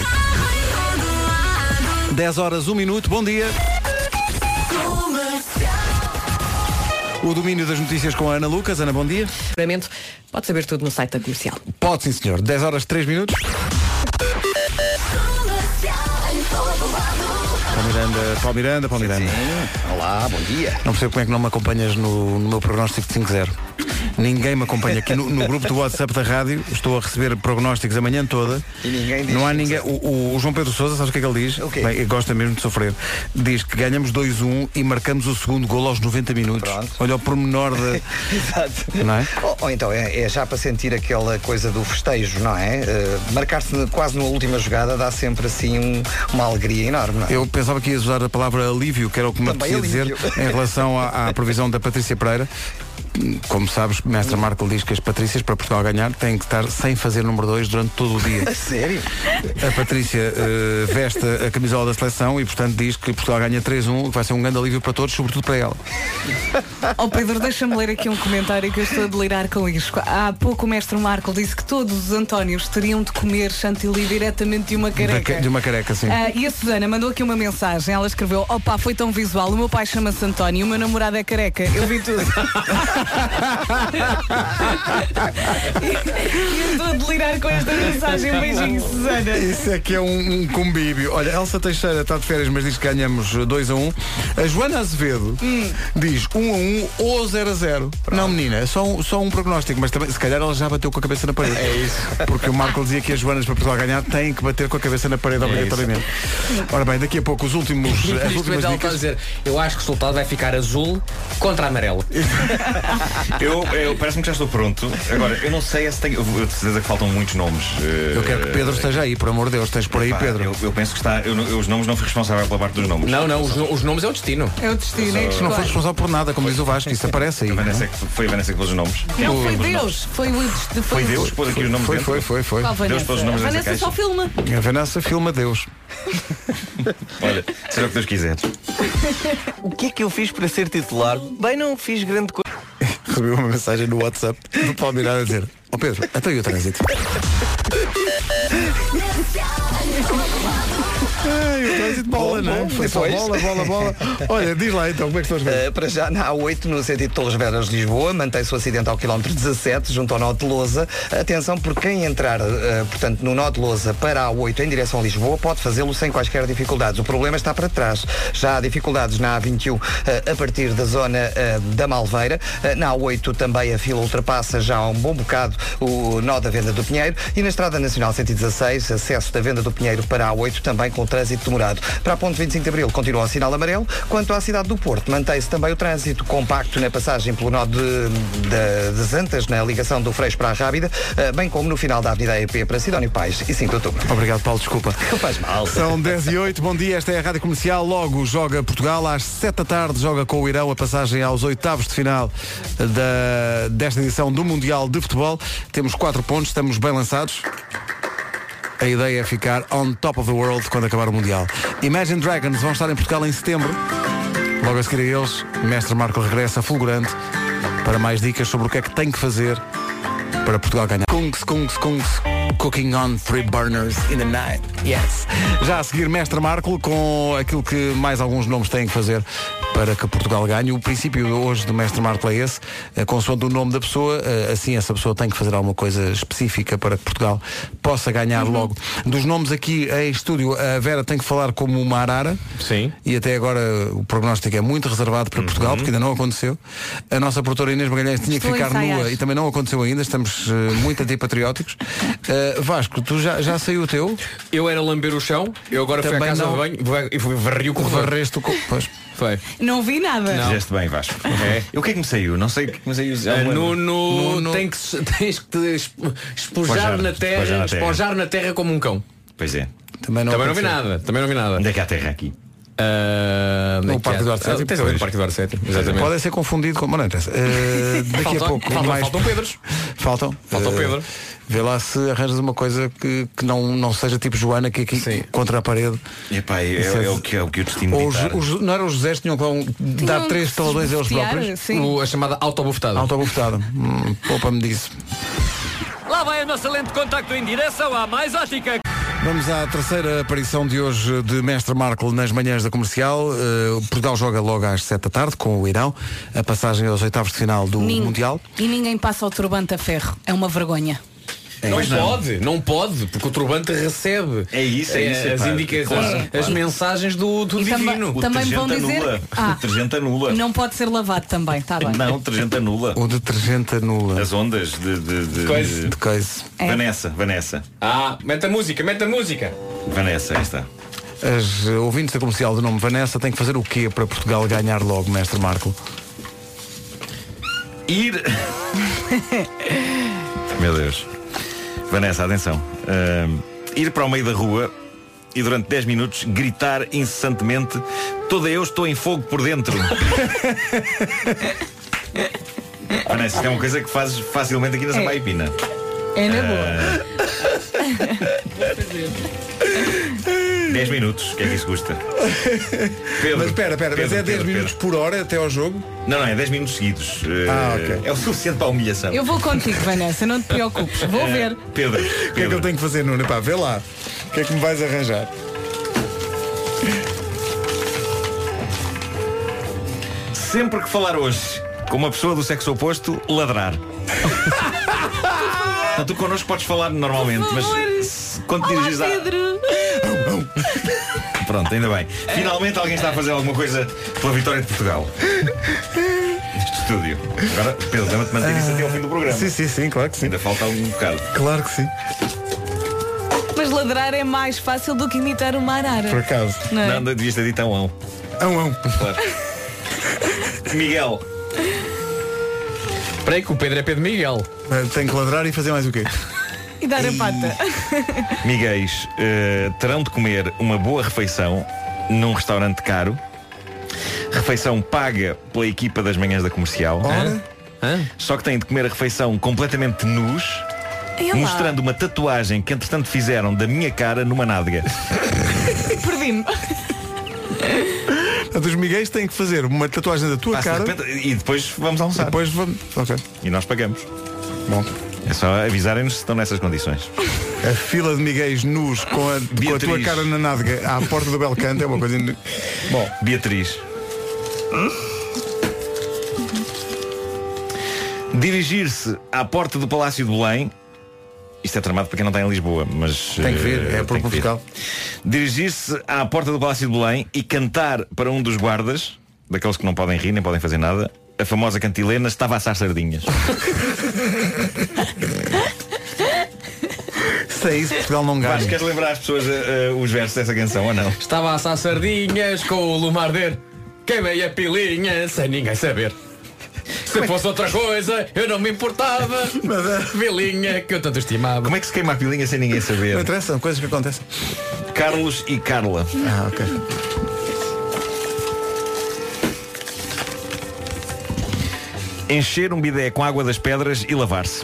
A: 10 horas, 1 minuto, bom dia. O domínio das notícias com a Ana Lucas. Ana, bom dia.
K: Pode saber tudo no site da Comercial.
A: Pode, sim, senhor. 10 horas, 3 minutos. Paulo Miranda.
B: Sim. Olá, bom dia.
A: Não percebo como é que não me acompanhas no meu prognóstico de 5-0. Ninguém me acompanha. Aqui no grupo do WhatsApp da rádio estou a receber prognósticos a manhã toda.
B: E ninguém diz.
A: Não há ninguém. O João Pedro Sousa, sabes o que é que ele diz?
B: O quê?
A: Bem, gosta mesmo de sofrer. Diz que ganhamos 2-1 e marcamos o segundo golo aos 90 minutos.
B: Pronto.
A: Olha o pormenor da...
B: Exato.
A: Não é?
B: Ou então é já para sentir aquela coisa do festejo, não é? Marcar-se quase numa última jogada dá sempre assim uma alegria enorme, não é?
A: Eu pensava que ias usar a palavra alívio, que era o que me
B: Também
A: apetecia dizer em relação à previsão da Patrícia Pereira. Como sabes, Mestre Marco diz que as Patrícias, para Portugal ganhar, têm que estar sem fazer número 2 durante todo o dia.
B: A sério?
A: A Patrícia veste a camisola da seleção e, portanto, diz que Portugal ganha 3-1, que vai ser um grande alívio para todos, sobretudo para ela.
C: Oh Pedro, deixa-me ler aqui um comentário que eu estou a delirar com isto. Há pouco o Mestre Marco disse que todos os Antónios teriam de comer chantilly diretamente de uma careca.
A: De uma careca, sim.
C: E a Susana mandou aqui uma mensagem. Ela escreveu: opa, foi tão visual. O meu pai chama-se António e o meu namorado é careca. Eu vi tudo. E eu estou a delirar com esta mensagem. Um beijinho, Susana.
A: Isso é que é um convívio. Olha, Elsa Teixeira está de férias, mas diz que ganhamos 2-1. A Joana Azevedo diz 1-1 ou 0-0. Não, menina, é só um prognóstico, mas também, se calhar ela já bateu com a cabeça na parede.
E: É isso.
A: Porque o Marco dizia que as Joanas, para Portugal ganhar, têm que bater com a cabeça na parede obrigatoriamente. Ora bem, daqui a pouco as últimas
E: ela está a dizer, eu acho que o resultado vai ficar azul contra amarelo.
H: Eu parece-me que já estou pronto. Agora, eu não sei se tenho. Eu tenho certeza que faltam muitos nomes.
A: Eu quero que Pedro esteja aí, por amor de Deus, tens por aí, Pedro.
H: Eu penso que está. Os nomes não fui responsável pela parte dos nomes.
E: Não, os nomes é o destino.
C: É o destino, é que
A: não foi responsável por nada, como diz o Vasco, isso aparece aí.
H: Foi a Vanessa que pôs os nomes.
C: Não, foi Deus.
H: Foi Deus que pôs aqui os nomes dentro.
A: Foi.
H: Deus pôs os nomes
C: a
H: nessa
C: Vanessa
H: caixa.
C: só filma.
A: A Vanessa filma Deus.
H: Olha, seja o que Deus quiser.
O: O que é que eu fiz para ser titular? Bem, não fiz grande coisa.
A: Recebi uma mensagem no WhatsApp do Palmeiras a dizer: ó Pedro, até aí o trânsito. O trânsito bola, não é? Foi só bola. Olha, diz lá então, como é que estão as coisas?
B: Para já, na A8, no sentido de Torres Vedras, Lisboa, mantém-se o acidente ao quilómetro 17, junto ao nó de Lousa. Atenção, por quem entrar, portanto, no nó de Lousa para a A8 em direção a Lisboa, pode fazê-lo sem quaisquer dificuldades. O problema está para trás. Já há dificuldades na A21 a partir da zona da Malveira. Na A8 também a fila ultrapassa já há um bom bocado o nó da Venda do Pinheiro. E na Estrada Nacional 116, acesso da Venda do Pinheiro para a A8, também com o trânsito demorado. Para a ponte 25 de Abril continua o sinal amarelo. Quanto à cidade do Porto, mantém-se também o trânsito compacto na passagem pelo nó de Zantas, na ligação do Freixo para a Rábida, bem como no final da Avenida EP para Sidónio Pais e 5 de Outubro.
A: Obrigado, Paulo, desculpa.
B: Não faz mal.
A: São 10h08, bom dia, esta é a Rádio Comercial. Logo joga Portugal, às 7 da tarde joga com o Irão a passagem aos oitavos de final desta edição do Mundial de Futebol. Temos 4 pontos, estamos bem lançados. A ideia é ficar on top of the world quando acabar o Mundial. Imagine Dragons vão estar em Portugal em setembro. Logo a seguir a eles, Mestre Marco regressa fulgurante para mais dicas sobre o que é que tem que fazer para Portugal ganhar. Kungs, cooking on 3 burners in the night. Yes. Já a seguir, Mestre Marco com aquilo que mais alguns nomes têm que fazer para que Portugal ganhe. O princípio de hoje do Mestre Marco é esse, consoante o nome da pessoa, assim essa pessoa tem que fazer alguma coisa específica para que Portugal possa ganhar logo. Dos nomes aqui em estúdio, a Vera tem que falar como uma arara.
E: Sim.
A: E até agora o prognóstico é muito reservado para Portugal, porque ainda não aconteceu. A nossa produtora Inês Magalhães tinha que ficar nua e também não aconteceu ainda. Estamos muito antipatrióticos. Vasco, tu já saiu o teu?
E: Eu era lamber o chão, eu agora fui à casa de banho e varri o corredor.
A: Varreste o pois.
E: Foi.
C: Não vi nada.
H: Fizeste bem, Vasco. O que é que me saiu? Não sei o que me saiu.
E: Tens que te espojar na terra, espojar na terra como um cão.
H: Pois é.
E: Também não vi nada.
H: Onde é que há terra aqui?
A: No Parque do Arcete.
E: Tens o Parque do Arcete, exatamente.
A: Podem ser confundido com. Mas não interessa. Daqui a pouco.
E: Faltam Pedros.
A: Faltam
E: Pedro.
A: Vê lá se arranjas uma coisa que não seja tipo Joana que aqui contra a parede.
H: Epá, é o que o destino
A: não eram os Josés que tinham que dar 3 taladões eles próprios?
C: Sim.
E: A chamada autobufetada.
A: Poupa-me disso.
M: Lá vai a nossa lente de contacto em direção à mais ótica.
A: Vamos à terceira aparição de hoje de Mestre Marco nas manhãs da Comercial. Portugal joga logo às 7 da tarde com o Irão. A passagem aos oitavos de final do Mundial.
C: E ninguém passa o turbante a ferro. É uma vergonha.
E: Não pode, porque o turbante recebe as indicações, as mensagens do divino.
C: Também me vão dizer
H: O detergente anula.
C: não pode ser lavado também, está bem.
H: Não, o detergente anula.
A: O detergente anula.
H: As ondas de
A: coisa.
H: Vanessa.
E: Mete a música.
H: Vanessa, aí está.
A: As ouvintes da comercial do nome Vanessa têm que fazer o quê para Portugal ganhar logo, mestre Marco?
H: Ir. Meu Deus. Vanessa, atenção. Ir para o meio da rua e durante 10 minutos gritar incessantemente: toda eu estou em fogo por dentro. Vanessa, isto é uma coisa que fazes facilmente aqui na Sampaio Pina.
C: É na boa.
H: 10 minutos, o que é que isso custa? Pedro,
A: Mas espera, mas é 10 minutos por hora até ao jogo?
H: Não, é 10 minutos seguidos.
A: Ok.
H: É o suficiente para a humilhação.
C: Eu vou contigo, Vanessa, não te preocupes. Vou ver.
H: Pedro,
A: O que é que eu tenho que fazer, Nuno? Pá, vê lá. O que é que me vais arranjar?
H: sempre que falar hoje com uma pessoa do sexo oposto, ladrar. Não, tu connosco podes falar normalmente, mas quando te dirigires a... Pronto, ainda bem. Finalmente alguém está a fazer alguma coisa pela vitória de Portugal neste estúdio. Agora, Pedro, lembra-te de manter isso até ao fim do programa.
A: Sim, claro que sim.
H: Ainda falta um bocado.
A: Claro que sim.
C: Mas ladrar é mais fácil do que imitar uma arara.
A: Por acaso.
C: Não é?
H: Não, devias ter dito ão. Claro. Miguel.
E: Espera aí que o Pedro é Pedro Miguel.
A: Tem que ladrar e fazer mais o quê?
C: E dar a pata.
H: Miguéis, terão de comer uma boa refeição num restaurante caro. Refeição paga pela equipa das manhãs da comercial. Só que têm de comer a refeição completamente nus, mostrando uma tatuagem que entretanto fizeram da minha cara numa nádega.
C: Perdi-me.
A: Os Miguéis têm que fazer uma tatuagem da tua cara.
H: E depois vamos almoçar.
A: Depois vamos. Ok.
H: E nós pagamos.
A: Bom.
H: É só avisarem-nos se estão nessas condições.
A: A fila de Miguéis nus com a tua cara na nádega à porta do Belcanto é uma coisa... Bom,
H: Beatriz. Dirigir-se à porta do Palácio de Belém. Isto é tramado para quem não está em Lisboa, mas...
A: Tem que vir, é por Portugal.
H: Dirigir-se à porta do Palácio de Belém e cantar para um dos guardas, daqueles que não podem rir nem podem fazer nada, a famosa cantilena Estava a assar sardinhas.
A: Se é isso, Portugal não ganha.
H: Mas queres lembrar às pessoas os versos dessa canção ou não?
E: Estava a assar sardinhas com o lume a arder. Queimei a pilinha sem ninguém saber. Se fosse outra coisa, eu não me importava. Mas a pilinha que eu tanto estimava.
H: Como é que se queima a pilinha sem ninguém saber?
A: Não interessa, são coisas que acontecem.
H: Carlos e Carla.
A: Ok.
H: Encher um bidé com água das pedras e lavar-se.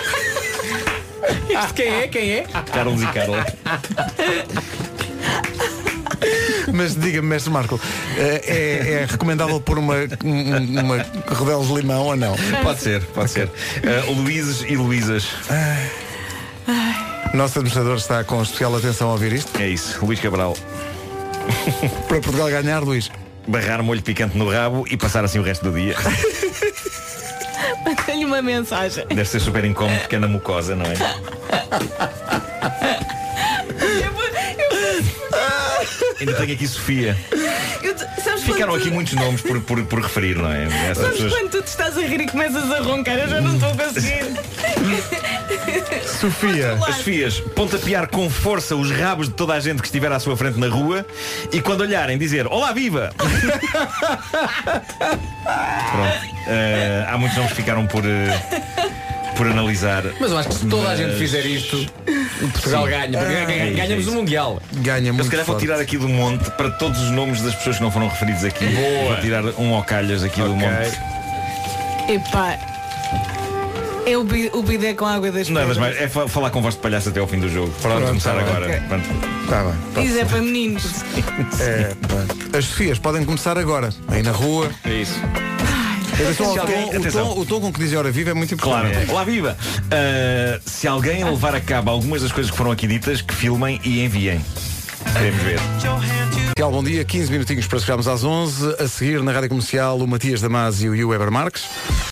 E: Isto quem é?
H: Carlos e Carla.
A: Mas diga-me, mestre Marco, é recomendável pôr uma rodelas de limão ou não?
H: Pode ser. Luíses e Luísas.
A: Nosso administrador está com especial atenção a ouvir isto.
H: É isso, Luís Cabral.
A: Para Portugal ganhar, Luís.
H: Barrar molho picante no rabo e passar assim o resto do dia.
C: Tenho uma mensagem.
H: Deve ser super incómodo porque é na mucosa, não é? Ainda tenho aqui Sofia. Ficaram aqui muitos nomes por referir, não é?
C: Sabes quando tu te estás a rir e começas a roncar? Eu já não estou a conseguir.
A: Sofia.
H: As Sofias, pontapear com força os rabos de toda a gente que estiver à sua frente na rua e quando olharem dizer olá viva. Pronto. Há muitos nomes que ficaram por analisar.
E: Mas eu acho que se toda a gente fizer isto, Portugal ganha. Ganhamos o Mundial.
A: Ganha muito.
H: Eu se calhar vou tirar aqui do monte para todos os nomes das pessoas que não foram referidos aqui. Boa. Vou tirar ao calhas aqui do monte.
C: Epá. É o bidé com água das pedras.
H: Não é falar com voz de palhaço até ao fim do jogo. Pronto, começar agora.
C: Okay.
A: Tá bem.
C: Isso é para meninos.
A: As Sofias podem começar agora. Aí na rua.
H: É isso.
A: O tom com que dizem hora viva é muito importante.
H: Claro. Olá viva. Se alguém levar a cabo algumas das coisas que foram aqui ditas, que filmem e enviem. Queremos ver.
A: Bom dia, 15 minutinhos para chegarmos às 11. A seguir na Rádio Comercial o Matias Damasio e o Weber Marques.